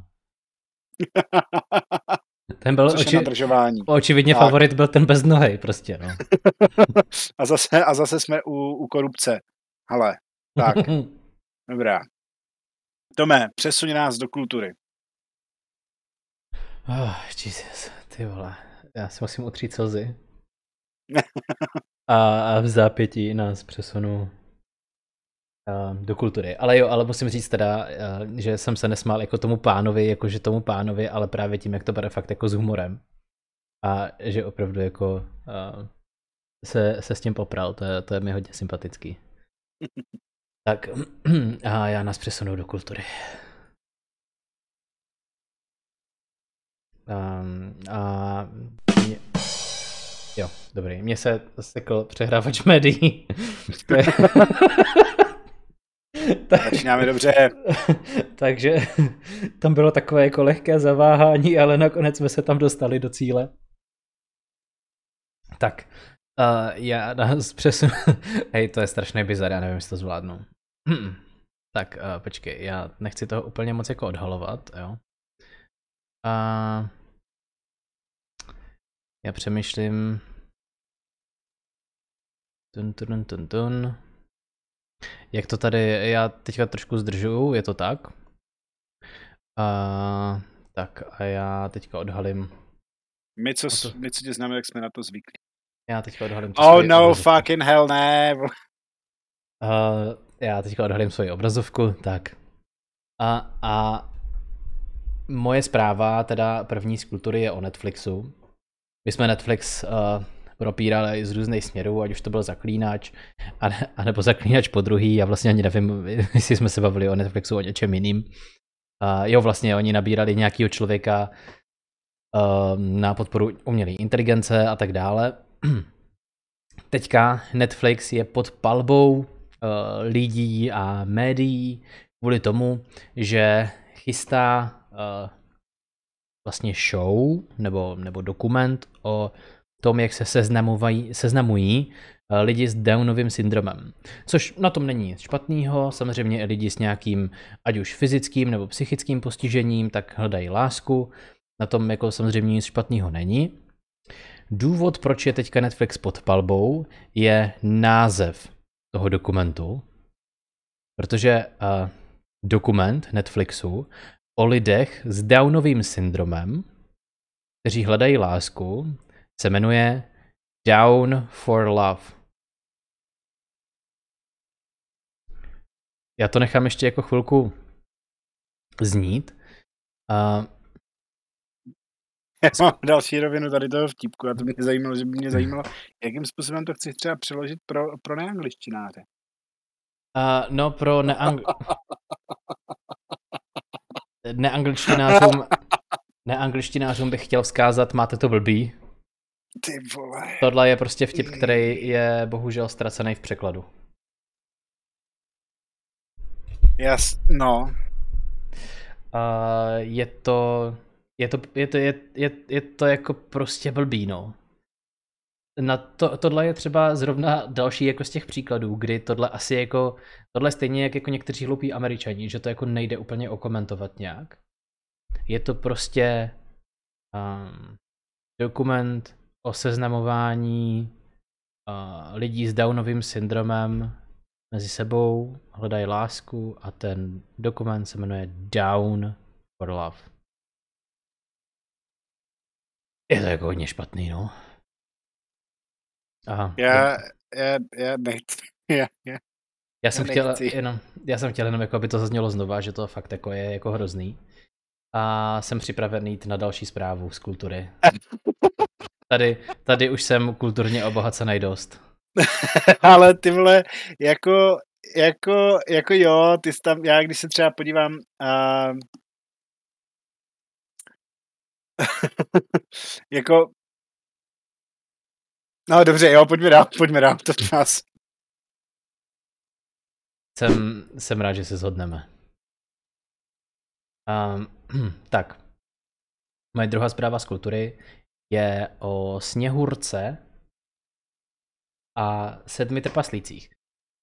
Ten byl očividně tak. Favorit byl ten bez nohy, prostě, no. a zase jsme u korupce. Hele, tak, dobrá. Tome, přesuň nás do kultury. Oh, Jesus, ty vole, já si musím utřít slzy. A v zápětí nás přesunu do kultury. Ale musím říct teda, že jsem se nesmál jako tomu pánovi, ale právě tím, jak to bere fakt jako s humorem. A že opravdu jako se s tím popral, to je mi hodně sympatický. Tak a já nás přesunu do kultury. Jo, dobrý. Mně se sekl přehrávač médií. Začínáme dobře. Takže tam bylo takové jako lehké zaváhání, ale nakonec jsme se tam dostali do cíle. Tak, já nás přesunu... Hej, to je strašný bizar, já nevím, jestli to zvládnu. Tak, počkej, já nechci toho úplně moc jako odhalovat, jo. Já přemýšlím... Tun. Jak to tady, já teďka trošku zdržuju, je to tak? Tak a já teďka odhalím... My, co tě známe, jak jsme na to zvyklí. Já teďka odhalím... Oh no, obrazovku. Fucking hell, ne! Já teďka odhalím svoji obrazovku, tak. A moje zpráva, teda první z kultury, je o Netflixu. My jsme Netflix propírali z různých směrů, ať už to byl Zaklínač, anebo Zaklínač po druhý. Já vlastně ani nevím, jestli jsme se bavili o Netflixu o něčem jiným. Jo, vlastně oni nabírali nějakého člověka na podporu umělé inteligence a tak dále. Teďka Netflix je pod palbou lidí a médií kvůli tomu, že chystá vlastně show nebo dokument o tom, jak se seznamují lidi s Downovým syndromem. Což na tom není nic špatného, samozřejmě i lidi s nějakým ať už fyzickým nebo psychickým postižením, tak hledají lásku, na tom jako samozřejmě nic špatného není. Důvod, proč je teďka Netflix pod palbou, je název toho dokumentu, protože dokument Netflixu o lidech s Downovým syndromem, kteří hledají lásku, se jmenuje Down for Love. Já to nechám ještě jako chvilku znít. Já mám další rovinu tady toho vtipku a to mě zajímalo, že by mě zajímalo, jakým způsobem to chci třeba přeložit pro neangličtináře. No pro neangličtinářům bych chtěl vzkázat, máte to blbý. Ty vole. Tohle je prostě vtip, který je bohužel ztracený v překladu. No. Je to Je to jako prostě blbý, no. Tohle je třeba zrovna další jako z těch příkladů, kdy tohle stejně jako někteří hloupí Američani, že to jako nejde úplně okomentovat nějak. Je to prostě dokument o seznamování lidí s Downovým syndromem mezi sebou, hledají lásku a ten dokument se jmenuje Down for Love. Je to jako hodně špatný, no. Aha. Já nechci. Já jsem chtěl jenom, jako aby to zaznělo znova, že to fakt jako je jako hrozný. A jsem připravený jít na další zprávu z kultury. Tady už jsem kulturně obohacený dost. Ale ty vole, jako jo, ty jsi tam, já když se třeba podívám, jako, no dobře, jo, pojďme dál, to nás. Jsem rád, že se shodneme. Tak, moje druhá zpráva z kultury je o Sněhurce a 7 trpaslících.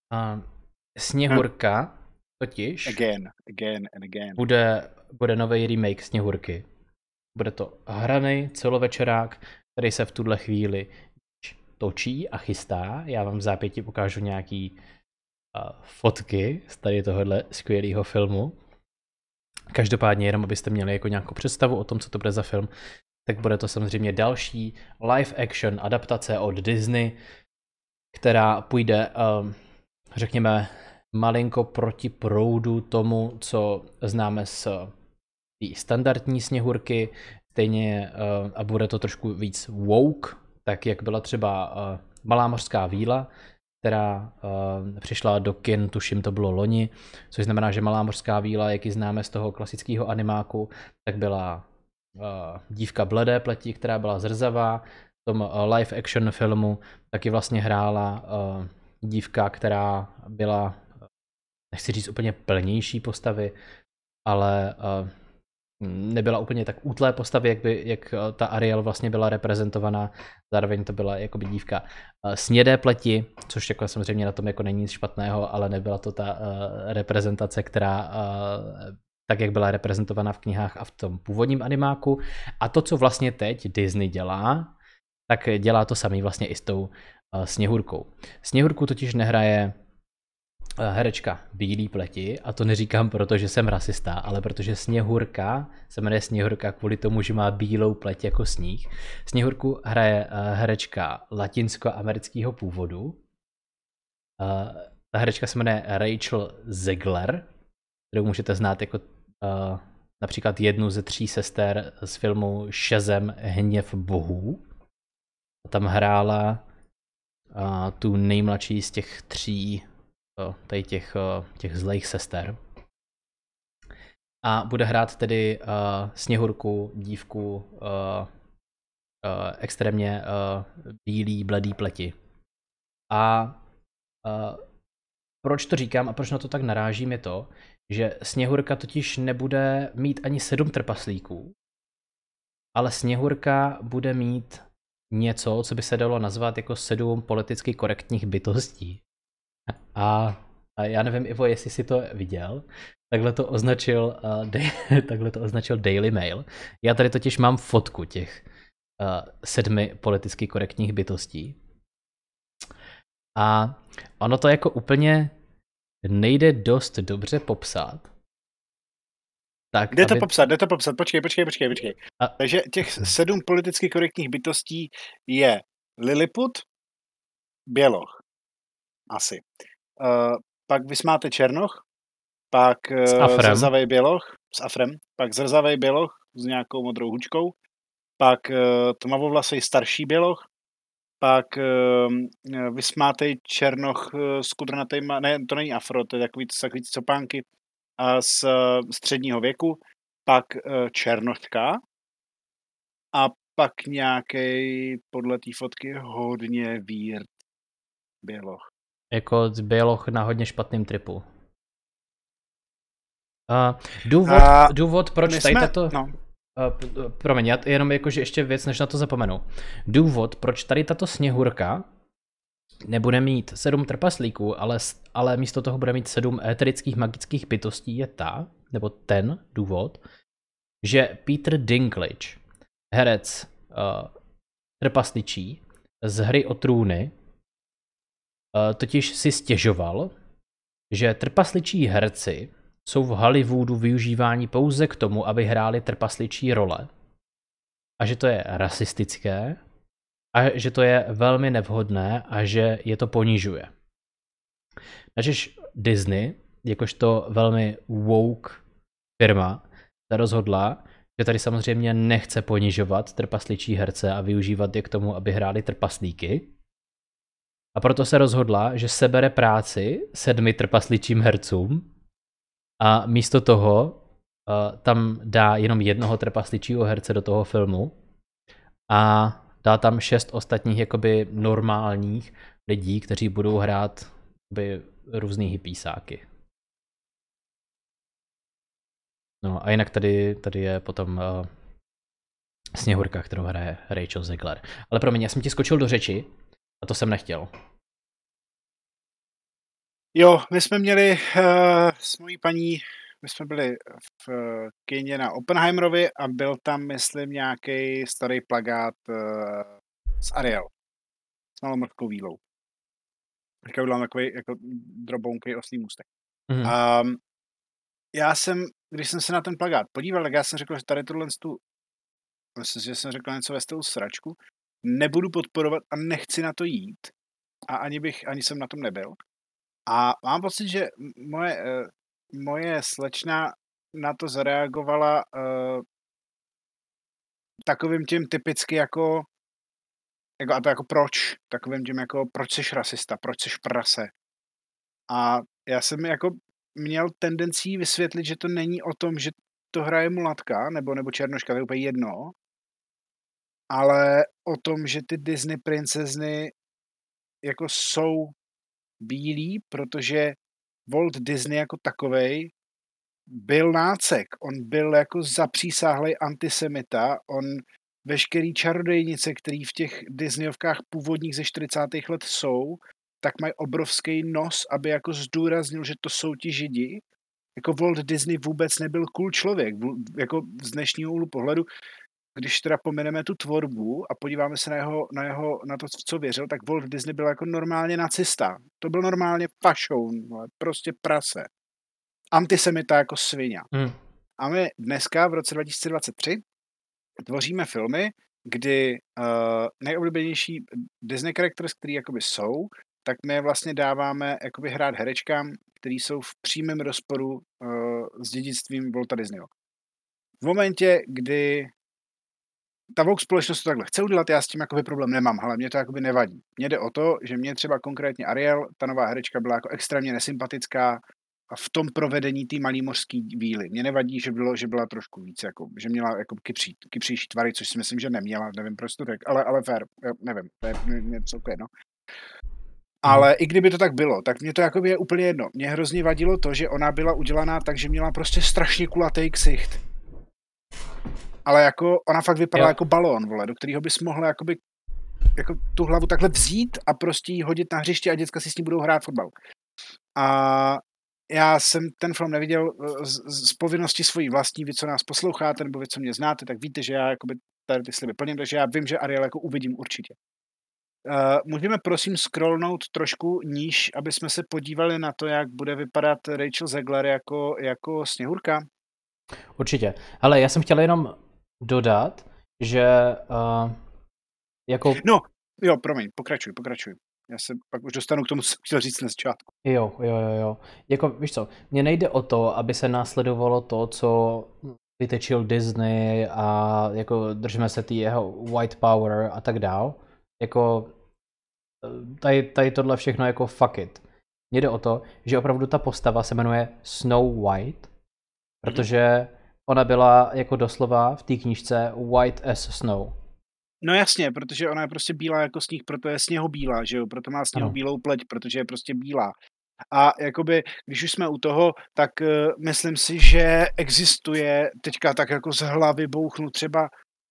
Sněhurka totiž again. Bude nový remake Sněhurky. Bude to hraný celovečerák, který se v tuhle chvíli točí a chystá. Já vám v zápěti ukážu nějaký fotky z tady tohohle skvělého filmu. Každopádně jenom abyste měli jako nějakou představu o tom, co to bude za film, tak bude to samozřejmě další live action adaptace od Disney, která půjde, řekněme, malinko proti proudu tomu, co známe z té standardní Sněhurky, stejně a bude to trošku víc woke, tak jak byla třeba Malá mořská víla, která přišla do kin, tuším to bylo loni, což znamená, že Malá mořská víla, jak ji známe z toho klasického animáku, tak byla dívka bledé pleti, která byla zrzavá. V tom live action filmu taky vlastně hrála dívka, která byla, nechci říct úplně plnější postavy, ale nebyla úplně tak útlé postavy, jak ta Ariel vlastně byla reprezentovaná. Zároveň to byla jakoby dívka snědé pleti, což jako samozřejmě na tom jako není nic špatného, ale nebyla to ta reprezentace, která tak, jak byla reprezentovaná v knihách a v tom původním animáku. A to, co vlastně teď Disney dělá, tak dělá to samý vlastně i s tou Sněhurkou. Sněhurku totiž nehraje herečka bílý pleti, a to neříkám proto, že jsem rasista, ale protože Sněhurka se jmenuje Sněhurka kvůli tomu, že má bílou pleť jako sníh. Sněhurku hraje herečka latinskoamerického původu. Ta herečka se jmenuje Rachel Zegler, kterou můžete znát jako například jednu ze 3 sester z filmu Shazam Hněv bohů. Tam hrála tu nejmladší z těch 3 tady těch zlých sester. A bude hrát tedy Sněhurku, dívku extrémně bílý, bledý pleti. A proč to říkám a proč na to tak narážím je to, že Sněhurka totiž nebude mít ani 7 trpaslíků, ale Sněhurka bude mít něco, co by se dalo nazvat jako 7 politicky korektních bytostí. A já nevím, Ivo, jestli jsi to viděl, takhle to označil Daily Mail. Já tady totiž mám fotku těch 7 politicky korektních bytostí. A ono to jako úplně nejde dost dobře popsat. Tak, jde to popsat, počkej. Takže těch 7 politicky korektních bytostí je Lilliput, Běloch, asi. Pak vysmáte Černoch, pak zrzavej Běloch s afrem, pak zrzavej Běloch s nějakou modrou hučkou, pak tmavovlasej starší Běloch, pak vysmátej Černoch s kudrnatejma, ne, to není afro, to je takový copánky z středního věku, pak Černoška a pak nějaký podle té fotky hodně weird Běloch. Jako Běloch na hodně špatným tripu. Důvod proč tady tato... No. Promiň, já jenom jakože ještě věc, než na to zapomenu. Důvod, proč tady tato Sněhurka nebude mít 7 trpaslíků, ale místo toho bude mít 7 éterických magických bytostí, je ten důvod, že Peter Dinklage, herec trpasličí z Hry o trůny, totiž si stěžoval, že trpasličí herci jsou v Hollywoodu využíváni pouze k tomu, aby hráli trpasličí role. A že to je rasistické a že to je velmi nevhodné a že je to ponižuje. Takže Disney, jakožto velmi woke firma, se rozhodla, že tady samozřejmě nechce ponižovat trpasličí herce a využívat je k tomu, aby hráli trpaslíky. A proto se rozhodla, že sebere práci 7 trpasličím hercům a místo toho tam dá jenom jednoho trpasličího herce do toho filmu a dá tam 6 ostatních jakoby normálních lidí, kteří budou hrát různý hippísáky. No a jinak tady je potom Sněhurka, kterou hraje Rachel Zegler. Ale promiň, já jsem ti skočil do řeči a to jsem nechtěl. Jo, my jsme měli s mojí paní, my jsme byli v kině na Oppenheimerovi a byl tam, myslím, nějaký starý plakát z Ariel. S malou mrtkou vílou. Teďka udělám takový jako drobounkej oslý můstek. Já jsem, když jsem se na ten plakát podíval, tak já jsem řekl, že tady tohle myslím, že jsem řekl něco ve stylu sračku, nebudu podporovat a nechci na to jít. A ani jsem na tom nebyl. A mám pocit, že moje slečna na to zareagovala takovým tím typicky jako a to jako proč? Takovým tím jako proč jsi rasista, proč jsi prase? A já jsem jako měl tendenci vysvětlit, že to není o tom, že to hraje mulatka nebo černoška, to je úplně jedno, ale o tom, že ty Disney princezny jako jsou bílí, protože Walt Disney jako takovej byl nácek. On byl jako zapřísáhlej antisemita, on veškerý čarodejnice, který v těch Disneyovkách původních ze 40. let jsou, tak mají obrovský nos, aby jako zdůraznil, že to jsou ti Židi. Jako Walt Disney vůbec nebyl cool člověk. Jako z dnešního úhlu pohledu, když teda pomineme tu tvorbu a podíváme se na to, co věřil, tak Walt Disney byl jako normálně nacista. To byl normálně fašoun, prostě prase. Antisemita jako svině. A my dneska v roce 2023 tvoříme filmy, kdy nejoblíbenější Disney characters, který jakoby jsou, tak my je vlastně dáváme jakoby hrát herečkám, který jsou v přímém rozporu s dědictvím Walta Disneyho. V momentě, kdy ta woke společnost to takhle chce udělat, já s tím jakoby problém nemám, ale mě to jakoby nevadí. Mně jde o to, že mě třeba konkrétně Ariel, ta nová herečka, byla jako extrémně nesympatická a v tom provedení té malý mořský víly. Mě nevadí, že byla trošku víc, jako, že měla jako kypřejší tvary, což si myslím, že neměla, nevím, proč to řekl, ale fair, nevím, to je něco jedno. Ale i kdyby to tak bylo, tak mě to jakoby je úplně jedno. Mě hrozně vadilo to, že ona byla udělaná tak, že měla prostě strašně kulatý ksicht. Ale jako ona fakt vypadala jako balón, vole, do kterého bys mohl jakoby jako tu hlavu takhle vzít a prostě ji hodit na hřiště a děcka si s ní budou hrát fotbal. A já jsem ten film neviděl z povinnosti svojí vlastní, vy, co nás posloucháte, nebo vy, co mě znáte, tak víte, že já jakoby tady ty sliby plním, takže já vím, že Ariel jako uvidím určitě. Můžeme prosím scrollnout trošku níž, aby jsme se podívali na to, jak bude vypadat Rachel Zegler jako Sněhurka? Určitě. Ale já jsem chtěl jenom dodat, že jako... No, jo, promiň, pokračuj. Já se pak už dostanu k tomu, co jsem chtěl říct na začátku. Jo. Jako, víš co, mně nejde o to, aby se následovalo to, co vytečil Disney a jako držíme se jeho white power a tak dál. Jako tady tohle všechno jako fuck it. Mně jde o to, že opravdu ta postava se jmenuje Snow White, protože ona byla jako doslova v té knížce white as snow. No jasně, protože ona je prostě bílá jako sníh, proto je sněhobílá, že jo, proto má sněhobílou pleť, protože je prostě bílá. A jakoby, když už jsme u toho, tak myslím si, že existuje, teďka tak jako z hlavy bouchnu třeba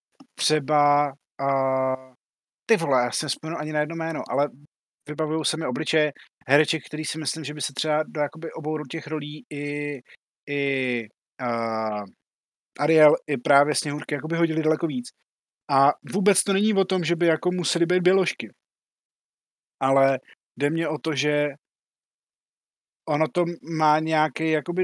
ty vole, já jsem vzpomněl ani na jedno jméno, ale vybavují se mi obličeje hereček, který si myslím, že by se třeba do jakoby obou těch rolí i Ariel, i právě Sněhurky jakoby hodili daleko víc. A vůbec to není o tom, že by jako museli být běložky. Ale jde mě o to, že ono to má nějaký jakoby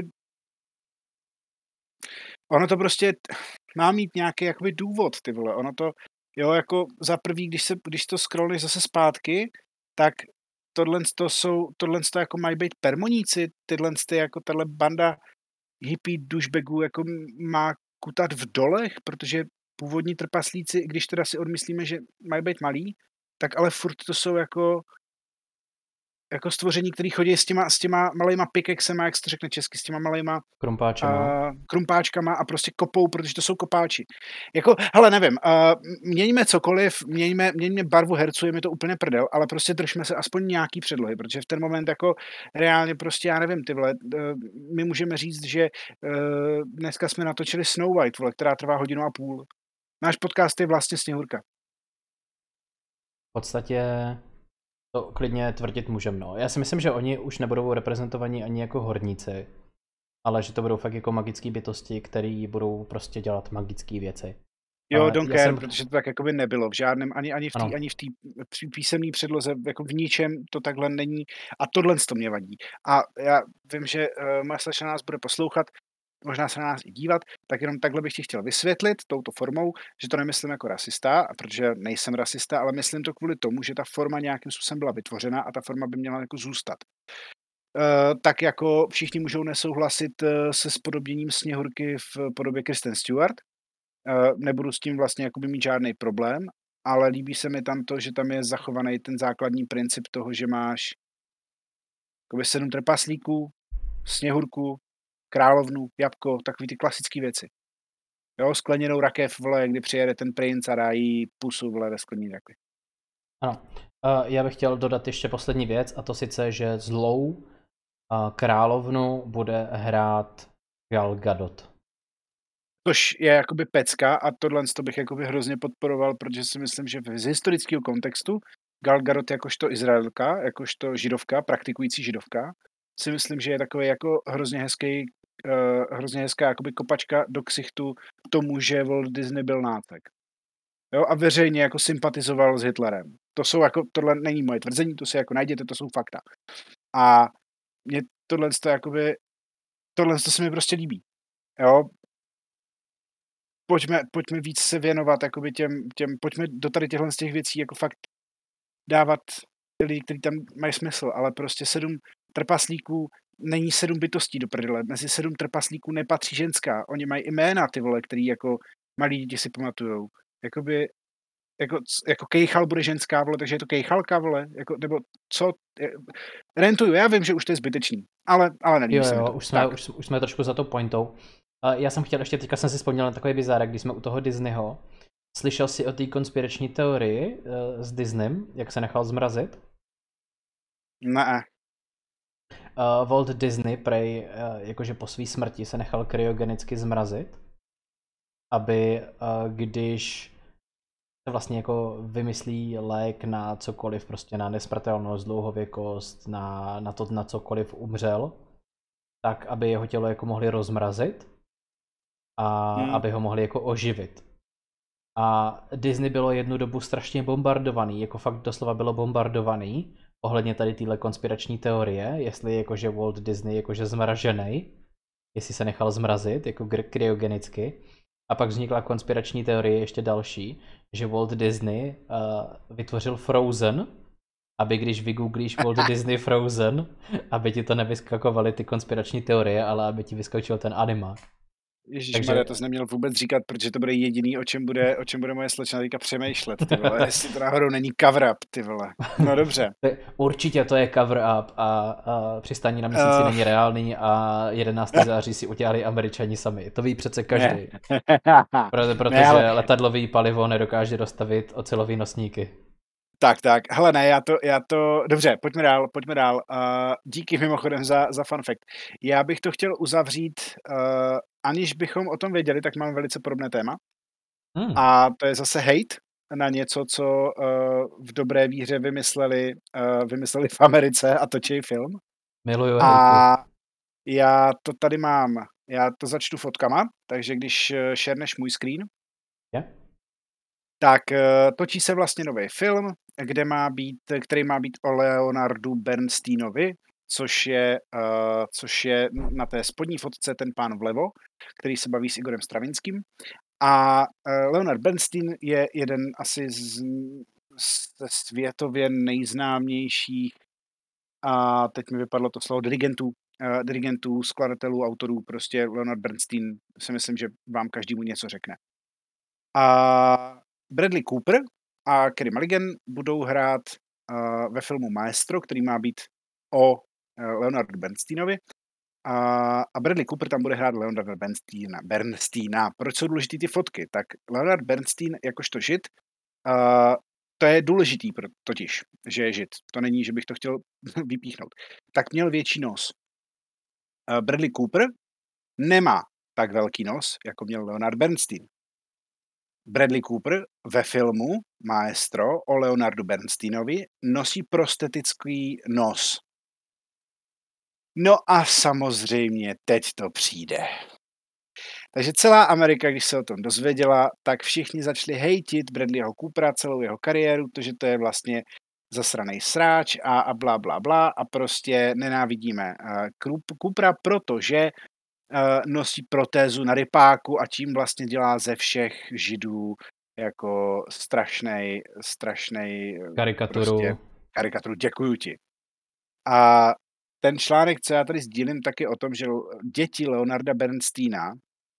ono to prostě má mít nějaký jakoby důvod, ty vole. Ono to, jo, jako za prvý, když to scrollneš zase zpátky, tak tohle to jako mají být permoníci, jako tahle banda hippie douchebagů jako má kutat v dolech, protože původní trpaslíci, i když teda si odmyslíme, že mají být malí, tak ale furt to jsou jako stvoření, který chodí s těma malejma pickaxema, jak se to řekne česky, s těma malejma krumpáčkama a prostě kopou, protože to jsou kopáči. Jako, hele, nevím, měníme cokoliv, měníme barvu herců, je mi to úplně prdel, ale prostě držme se aspoň nějaký předlohy, protože v ten moment jako reálně prostě, já nevím, ty vole, my můžeme říct, že dneska jsme natočili Snow White, vole, která trvá 1,5 hodiny. Náš podcast je vlastně Sněhurka. V podstatě to klidně tvrdit můžeme, no. Já si myslím, že oni už nebudou reprezentovaní ani jako horníci, ale že to budou fakt jako magické bytosti, které budou prostě dělat magické věci. Jo, don't care, protože to tak jakoby nebylo v žádném, ani v té písemné předloze, jako v ničem to takhle není a tohle to mě vadí. A já vím, že moje slečna nás bude poslouchat, možná se na nás i dívat, tak jenom takhle bych ti chtěl vysvětlit touto formou, že to nemyslím jako rasista, protože nejsem rasista, ale myslím to kvůli tomu, že ta forma nějakým způsobem byla vytvořena a ta forma by měla jako zůstat. Tak jako všichni můžou nesouhlasit se spodobněním Sněhurky v podobě Kristen Stewart. Nebudu s tím vlastně jakoby mít žádný problém, ale líbí se mi tam to, že tam je zachovaný ten základní princip toho, že máš 7 trpaslíků, Sněhurku, královnu, jabko, takový ty klasické věci. Jo, skleněnou rakev, vole, kdy přijede ten princ a dá jí pusu, vole, ve skleněný rakvi. Ano. Já bych chtěl dodat ještě poslední věc, a to sice, že zlou královnu bude hrát Gal Gadot. Což je jakoby pecka a tohle bych jakoby hrozně podporoval, protože si myslím, že z historického kontextu Gal Gadot jakožto Izraelka, jakožto židovka, praktikující židovka, si myslím, že je takový jako hrozně hezká jakoby kopačka do ksichtu tomu, že Walt Disney byl nácek. Jo, a veřejně jako sympatizoval s Hitlerem. Tohle není moje tvrzení, to si jako najděte, to jsou fakta. A mě tohle se mi prostě líbí. Jo, pojďme víc se věnovat jakoby pojďme do tady těchhle z těch věcí jako fakt dávat lidi, kteří tam mají smysl, ale prostě 7 trpaslíků není 7 bytostí do prdele. Mezi 7 trpaslíků nepatří ženská. Oni mají jména, ty vole, který jako malí děti si pamatujou. Jakoby jako Kejchal bude ženská, vole, takže je to Kejchalka, vole, jako, nebo co? Rentuju, já vím, že už to je zbytečný, ale nelíbí se mi to. Už jsme trošku za to pointou. Já jsem chtěl ještě, teďka jsem si vzpomněl na takový bizárek, když jsme u toho Disneyho. Slyšel jsi o té konspirační teorii s Disneym, jak se nechal zmrazit? Ne. Walt Disney prej, jakože po své smrti se nechal kryogenicky zmrazit, aby když se vlastně jako vymyslí lék na cokoliv, prostě na nesmrtelnost, dlouhověkost, na to, na cokoliv umřel, tak aby jeho tělo jako mohli rozmrazit a aby ho mohli jako oživit. A Disney bylo jednu dobu strašně bombardovaný, jako fakt doslova bylo bombardovaný ohledně tady téhle konspirační teorie, jestli jakože Walt Disney jakože zmražený, jestli se nechal zmrazit jako kryogenicky. A pak vznikla konspirační teorie ještě další, že Walt Disney vytvořil Frozen, aby když vygooglíš Walt Disney Frozen, aby ti to nevyskakovaly ty konspirační teorie, ale aby ti vyskočil ten animák. Ježišmarja, to jsi neměl vůbec říkat, protože to bude jediný, o čem bude moje slečna teďka přemýšlet, ty vole, jestli to náhodou není cover-up, ty vole. No dobře. Určitě to je cover-up a přistání na měsíci není reálný a 11. září si udělali Američani sami. To ví přece každý. Protože letadlový palivo nedokáže dostavit ocelové nosníky. Tak. Hele, ne, dobře, pojďme dál. Díky mimochodem za fun fact. Já bych to chtěl uzavřít, aniž bychom o tom věděli, tak mám velice podobné téma. A to je zase hate na něco, co v dobré víře vymysleli v Americe a točí film. Miluju hejtu. Já to tady mám, já to začtu fotkama, takže když šerneš můj screen, tak točí se vlastně nový film, který má být o Leonardu Bernsteinovi, což je na té spodní fotce ten pán vlevo, který se baví s Igorem Stravinským. A Leonard Bernstein je jeden asi ze světově nejznámějších, a teď mi vypadlo to slovo, dirigentů, skladatelů, autorů, prostě Leonard Bernstein, si myslím, že vám každému něco řekne. A Bradley Cooper a Carey Mulligan budou hrát ve filmu Maestro, který má být o Leonardu Bernsteinovi. A Bradley Cooper tam bude hrát Leonarda Bernsteina. Proč jsou důležitý ty fotky? Tak Leonard Bernstein jakožto žid, to je důležitý totiž, že je žid. To není, že bych to chtěl vypíchnout. Tak měl větší nos. Bradley Cooper nemá tak velký nos, jako měl Leonard Bernstein. Bradley Cooper ve filmu Maestro o Leonardu Bernsteinovi nosí prostetický nos. No a samozřejmě teď to přijde. Takže celá Amerika, když se o tom dozvěděla, tak všichni začali hejtit Bradleyho Coopera, celou jeho kariéru, to, že to je vlastně zasranej sráč a bla, bla, bla a prostě nenávidíme Coopera, protože nosí protézu na rypáku a tím vlastně dělá ze všech židů jako strašnej karikaturu, děkuju ti. A ten článek, co já tady sdílím, tak je o tom, že děti Leonarda Bernsteina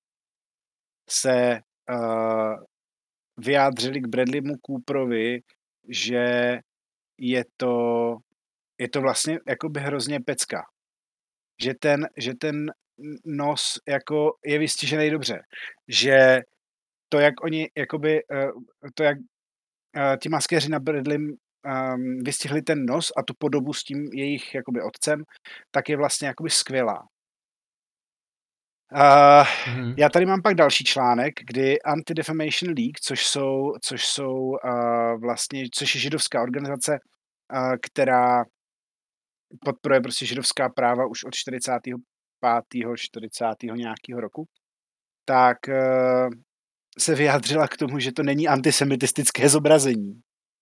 se vyjádřili k Bradleymu Cooperovi, že je to vlastně jakoby hrozně pecka. Že ten nos jako je vystižený dobře. Že to, jak oni jakoby, ti maskéři na Bradleym vystihli ten nos a tu podobu s tím jejich jakoby otcem, tak je vlastně jakoby skvělá. Já tady mám pak další článek, kdy Anti-Defamation League, což je židovská organizace, která podporuje prostě židovská práva už od 45. 40. nějakého roku, tak se vyjádřila k tomu, že to není antisemitistické zobrazení.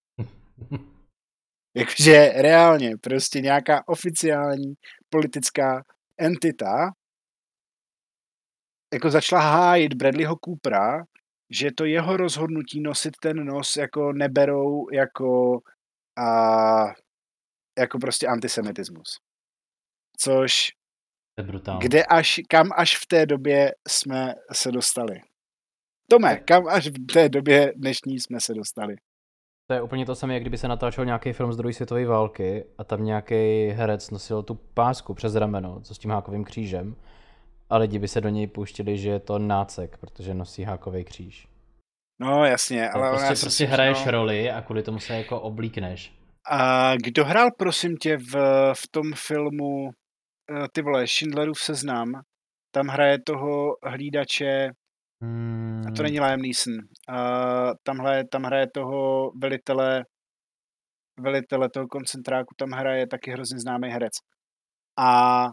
Jakože reálně prostě nějaká oficiální politická entita jako začala hájit Bradleyho Coopera, že to jeho rozhodnutí nosit ten nos jako neberou jako prostě antisemitismus. Což kam až v té době jsme se dostali. Tome, kam až v té době dnešní jsme se dostali? To je úplně to samé, jak kdyby se natáčel nějaký film z druhé světové války a tam nějaký herec nosil tu pásku přes rameno, co s tím hákovým křížem, a lidi by se do něj pouštili, že je to nácek, protože nosí hákový kříž. No jasně, ale prostě hraješ roli a kvůli tomu se jako oblíkneš. A kdo hrál, prosím tě, v tom filmu ty vole, Schindlerův seznam, tam hraje toho hlídače, a to není Liam Neeson, tam hraje toho velitele toho koncentráku, tam hraje taky hrozně známý herec. A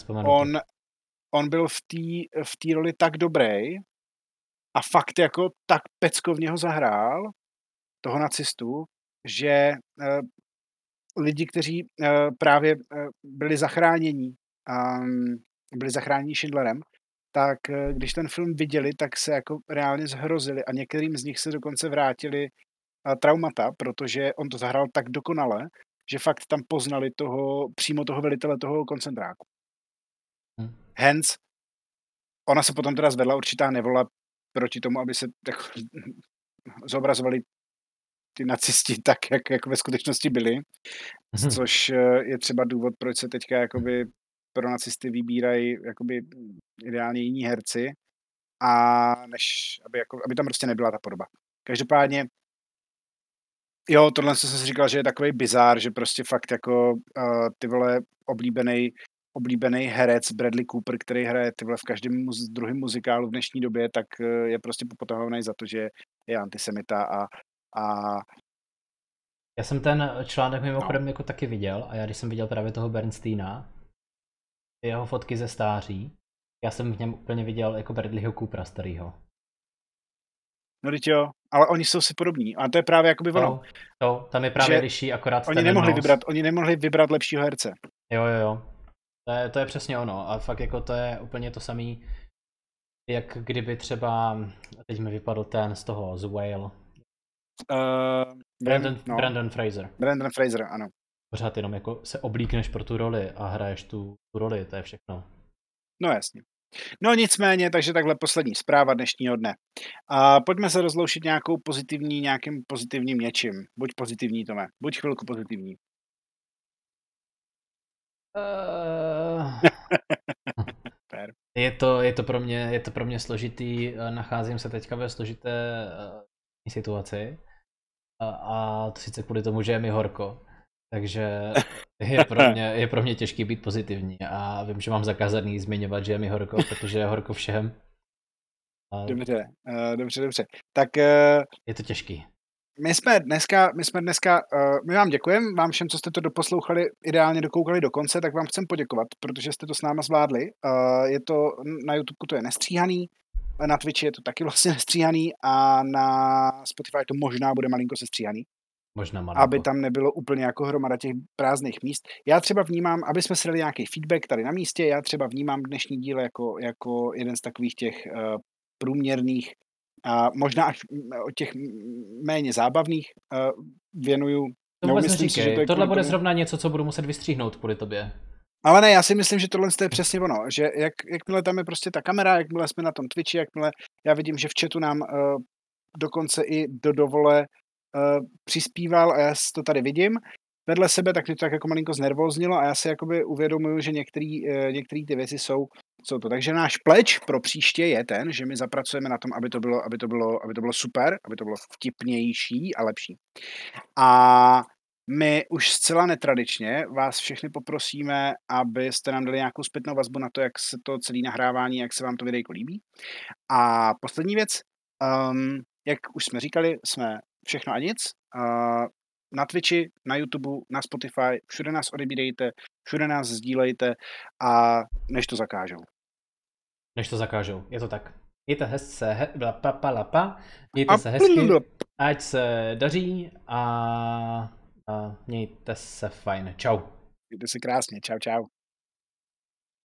on byl v té roli tak dobrý a fakt jako tak peckovně ho zahrál, toho nacistu, že lidi, kteří právě byli zachráněni Schindlerem, tak když ten film viděli, tak se jako reálně zhrozili a některým z nich se dokonce vrátili traumata, protože on to zahrál tak dokonale, že fakt tam poznali přímo toho velitele toho koncentráku. Hence, ona se potom teda zvedla určitá nevola proti tomu, aby se tak zobrazovali ty nacisti tak, jak ve skutečnosti byli, což je třeba důvod, proč se teďka jakoby pro nacisty vybírají jakoby ideálně jiní herci, a aby tam prostě nebyla ta podoba. Každopádně Jo, tohle jsem si říkal, že je takový bizár, že prostě fakt jako ty vole oblíbený herec Bradley Cooper, který hraje ty vole v každém druhém muzikálu v dnešní době, tak je prostě popotahovaný za to, že je antisemita a Já jsem ten článek mimochodem jako taky viděl a já když jsem viděl právě toho Bernsteina, jeho fotky ze stáří, já jsem v něm úplně viděl jako Bradleyho Coopera starýho. No teď jo, ale oni jsou si podobní a to je právě jakoby ono. Tam je právě liší akorát oni nemohli vybrat lepšího herce. Jo. To je přesně ono a fakt jako to je úplně to samý, jak kdyby třeba, teď mi vypadl ten z toho, z Whale. Brandon Fraser. Brandon Fraser, ano. Pořád jenom jako se oblíkneš pro tu roli a hraješ tu roli, to je všechno. No jasně. No nicméně, takže takhle poslední zpráva dnešního dne. A pojďme se rozloušit nějakým pozitivním něčím. Buď pozitivní, Tome. Buď chvilku pozitivní. Je to pro mě složitý, nacházím se teďka ve složité situaci a to sice kvůli tomu, že je mi horko, takže je pro mě těžký být pozitivní a vím, že mám zakázaný zmiňovat, že je mi horko, protože je horko všem. Dobře. Tak je to těžký. My vám děkujeme, vám všem, co jste to doposlouchali, ideálně dokoukali do konce, tak vám chcem poděkovat, protože jste to s náma zvládli. Je to, na YouTube to je nestříhaný, na Twitchi je to taky vlastně nestříhaný a na Spotify to možná bude malinko sestříhaný. Možná malinko. Aby tam nebylo úplně jako hromada těch prázdných míst. Já třeba vnímám, aby jsme si dali nějaký feedback tady na místě, já třeba vnímám dnešní díl jako jeden z takových těch průměrných a možná až o těch méně zábavných věnuju. To vůbec neříkej, tohle bude zrovna něco, co budu muset vystříhnout kvůli tobě. Ale ne, já si myslím, že tohle je přesně ono, že jakmile tam je prostě ta kamera, jakmile jsme na tom Twitchi, jakmile já vidím, že v chatu nám dokonce i do dovole přispíval a já to tady vidím vedle sebe, tak mě to tak jako malinko znervóznilo a já si jakoby uvědomuju, že některé ty věci jsou to. Takže náš pledge pro příště je ten, že my zapracujeme na tom, aby to bylo super, aby to bylo vtipnější a lepší. A my už zcela netradičně vás všechny poprosíme, abyste nám dali nějakou zpětnou vazbu na to, jak se to celé nahrávání, jak se vám to videjko líbí. A poslední věc, jak už jsme říkali, jsme všechno a nic. Na Twitchi, na YouTube, na Spotify, všude nás odebírejte, všude nás sdílejte a než to zakážou. Je to tak. Mějte se mějte se hezky, ať se daří a mějte se fajn. Čau. Mějte se krásně, čau.